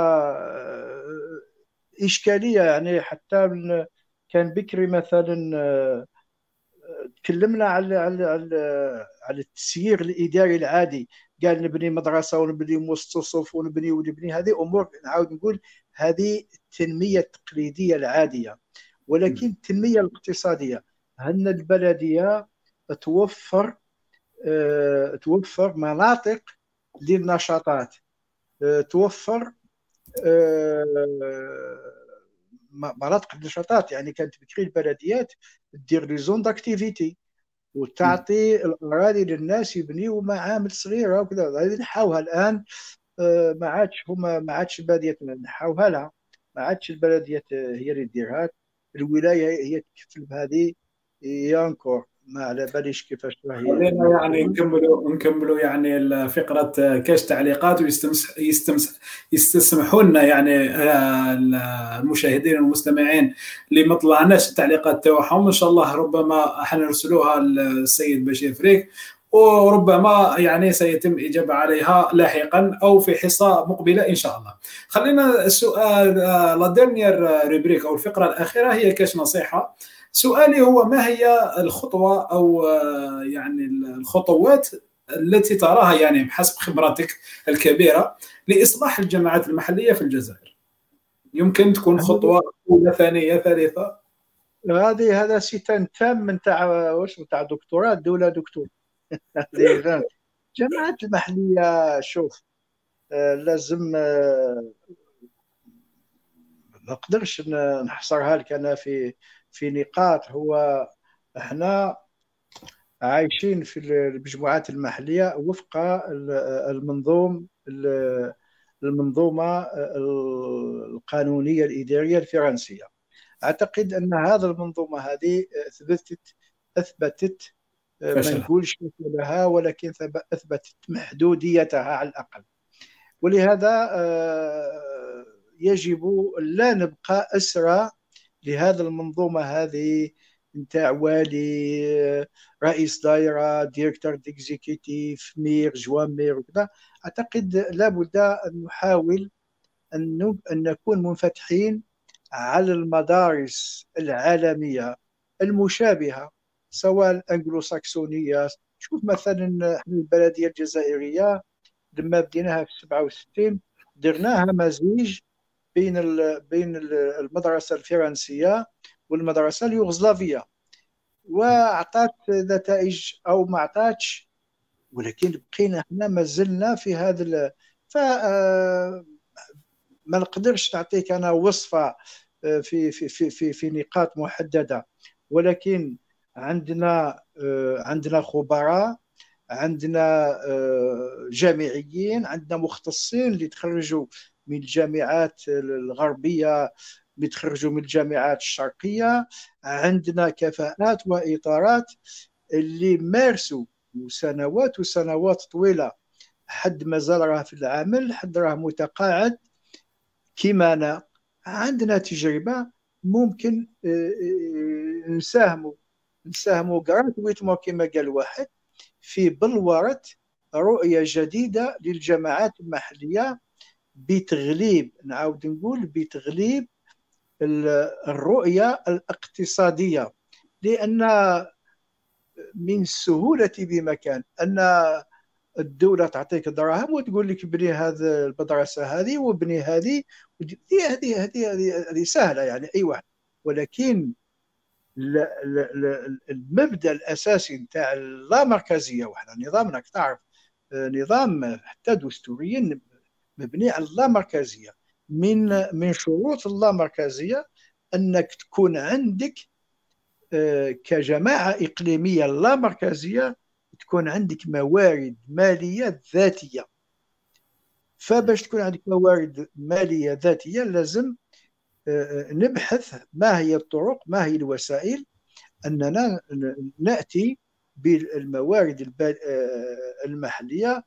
إشكالية. يعني حتى كان بكري مثلا تكلمنا على التسيير الإداري العادي، قال نبني مدرسة ونبني مستوصف ونبني هذه أمور. نعاود نقول هذه التنمية التقليدية العادية. ولكن التنمية الاقتصادية أن البلدية توفر مناطق للنشاطات، توفر مناطق النشاطات. يعني كانت بكري البلديات تدير لي زون داكتيفيتي وتعطي الاراضي للناس يبنيوا معامل صغيره وكذا. هذه نحاوها الان، ما عادش البلديات نحاوها لها، ما عادش البلديات هي اللي تديرها، الولايه هي تكفل بهذه. يانكور ما على باليش كيفاش راهي خلينا يعني المفروض. نكملوا يعني فقرة كاش تعليقات، يستسمحوا لنا يعني المشاهدين والمستمعين اللي ما طلعناش التعليقات تاعهم، ان شاء الله ربما حنرسلوها للسيد بشير فريك، وربما يعني سيتم إجابة عليها لاحقا أو في حصة مقبلة إن شاء الله. خلينا السؤال لا ديرنيير ريبريك أو الفقرة الأخيرة هي كاش نصيحة. سؤالي هو ما هي الخطوة أو يعني الخطوات التي تراها يعني بحسب خبرتك الكبيرة لإصلاح الجماعات المحلية في الجزائر؟ يمكن تكون خطوة أولى، ثانية، ثالثة. هذا ستان تام من تاع واش تاع دكتوراه الدوله دكتور. هذه فهمت. الجماعات المحليه شوف، لازم ما نقدرش نحصرها لك انا في نقاط. هو احنا عايشين في المجموعات المحليه وفق المنظومه القانونيه الاداريه الفرنسيه. اعتقد ان هذا المنظومه هذه اثبتت ما فشلها. نقولش لها، ولكن اثبتت محدوديتها على الاقل. ولهذا يجب لا نبقى أسرى لهذا المنظومة هذه نتاع والي، رئيس دائرة، ديريكتور ديكزيكيتيف، مير، جوان مير وكذا. أعتقد لابد أن نحاول أن نكون منفتحين على المدارس العالمية المشابهة، سواء الأنجلو ساكسونية. شوف مثلا البلدية الجزائرية لما بديناها في 67 درناها مزيج بين المدرسة الفرنسية والمدرسة اليوغوسلافية، وأعطت نتائج أو ما أعطتش، ولكن بقينا احنا ما زلنا في هذا ما نقدرش نعطيك أنا وصفة في نقاط محددة، ولكن عندنا خبراء، عندنا جامعيين، عندنا مختصين اللي تخرجوا من الجامعات الغربية، اللي تخرجوا من الجامعات الشرقية. عندنا كفاءات وإطارات اللي مارسوا سنوات وسنوات طويلة، حد ما زال راه في العمل، حد راه متقاعد كيما أنا. عندنا تجربة ممكن نساهموا غراتويتمون كما قال واحد في بلورة رؤية جديدة للجماعات المحلية، بتغليب، نعاود نقول، بتغليب الرؤية الاقتصادية. لأن من السهولة بمكان أن الدولة تعطيك دراهم وتقول لك بني هذه المدرسة هذه وبني هذه. هذه سهلة يعني أي واحد. ولكن المبدا الاساسي نتاع اللامركزيه، وحنا نظامنا تعرف نظام حتى دستوريا مبني على اللامركزيه. من شروط اللامركزيه انك تكون عندك كجماعه اقليميه لامركزيه تكون عندك موارد ماليه ذاتيه. فباش تكون عندك موارد ماليه ذاتيه لازم نبحث ما هي الطرق، ما هي الوسائل أننا نأتي بالموارد المحلية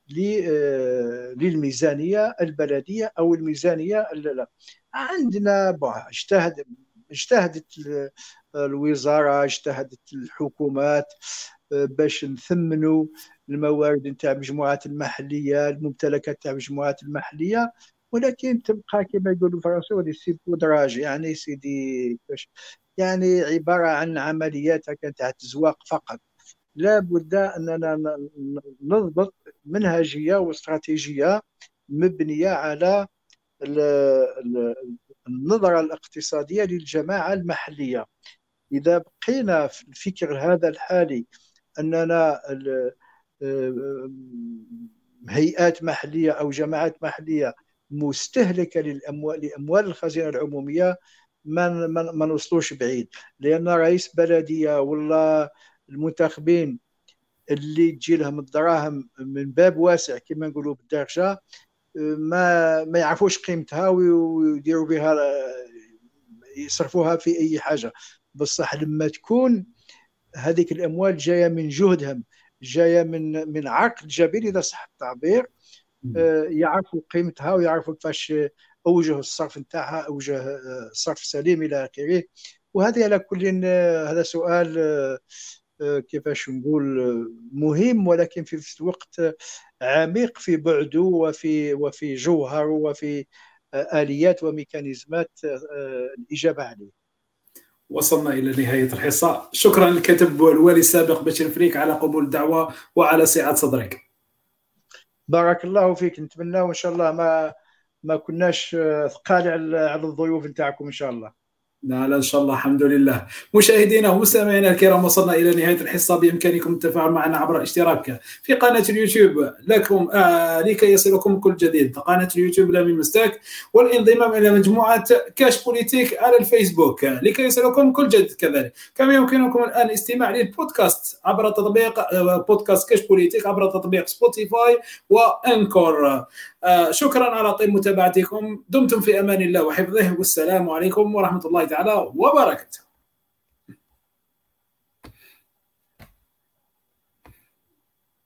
للميزانية البلدية أو الميزانية. لا، عندنا اجتهدت الوزارة، اجتهدت الحكومات باش نثمنوا الموارد نتاع المجموعات المحلية، الممتلكات نتاع المجموعات المحلية، ولكن تبقى كما يقولوا الفرنسيين سي بودراج، يعني سيدي يعني عبارة عن عمليات نتاع تزواق فقط. لا بد أننا نضبط منهجية واستراتيجية مبنية على النظرة الاقتصادية للجماعة المحلية. إذا بقينا في الفكر هذا الحالي أننا هيئات محلية أو جماعات محلية مستهلكة لأموال الخزينة العمومية ما نوصلوش بعيد، لأن رئيس بلدية ولا المنتخبين اللي تجي لهم الدراهم من باب واسع كما نقولوا بالدارجة ما يعرفوش قيمتها ويديروا بها يصرفوها في أي حاجة. بصح لما تكون هذيك الأموال جاية من جهدهم، جاية من عقل جبين إذا صح التعبير، يعرفوا قيمتها ويعرفوا كيفاش أوجه الصرف نتاعها، أوجه صرف سليم إلى آخره. وهذا على كل هذا سؤال كيفاش نقول مهم، ولكن في نفس الوقت عميق في بعده وفي جوهره وفي آليات وميكانيزمات الإجابة عليه. وصلنا إلى نهاية الحصة. شكرا للكاتب والوالي السابق بشير فريك على قبول الدعوة وعلى سعة صدرك. بارك الله فيك. نتمنى وإن شاء الله ما كناش ثقال على الضيوف نتاعكم إن شاء الله. لا إن شاء الله. الحمد لله. مشاهدينا ومستمعينا الكرام، وصلنا إلى نهاية الحصة. بإمكانكم التفاعل معنا عبر الاشتراك في قناة اليوتيوب لكم لكي يصلكم كل جديد، قناة اليوتيوب لامين مستاك، والانضمام إلى مجموعة كاش بوليتيك على الفيسبوك لكي يصلكم كل جديد. كذلك كما يمكنكم الآن الاستماع للبودكاست عبر تطبيق بودكاست كاش بوليتيك عبر تطبيق سبوتيفاي وأنكور. شكرا على طيب متابعتكم. دمتم في أمان الله وحفظه، والسلام عليكم ورحمة الله تعالى وبركاته.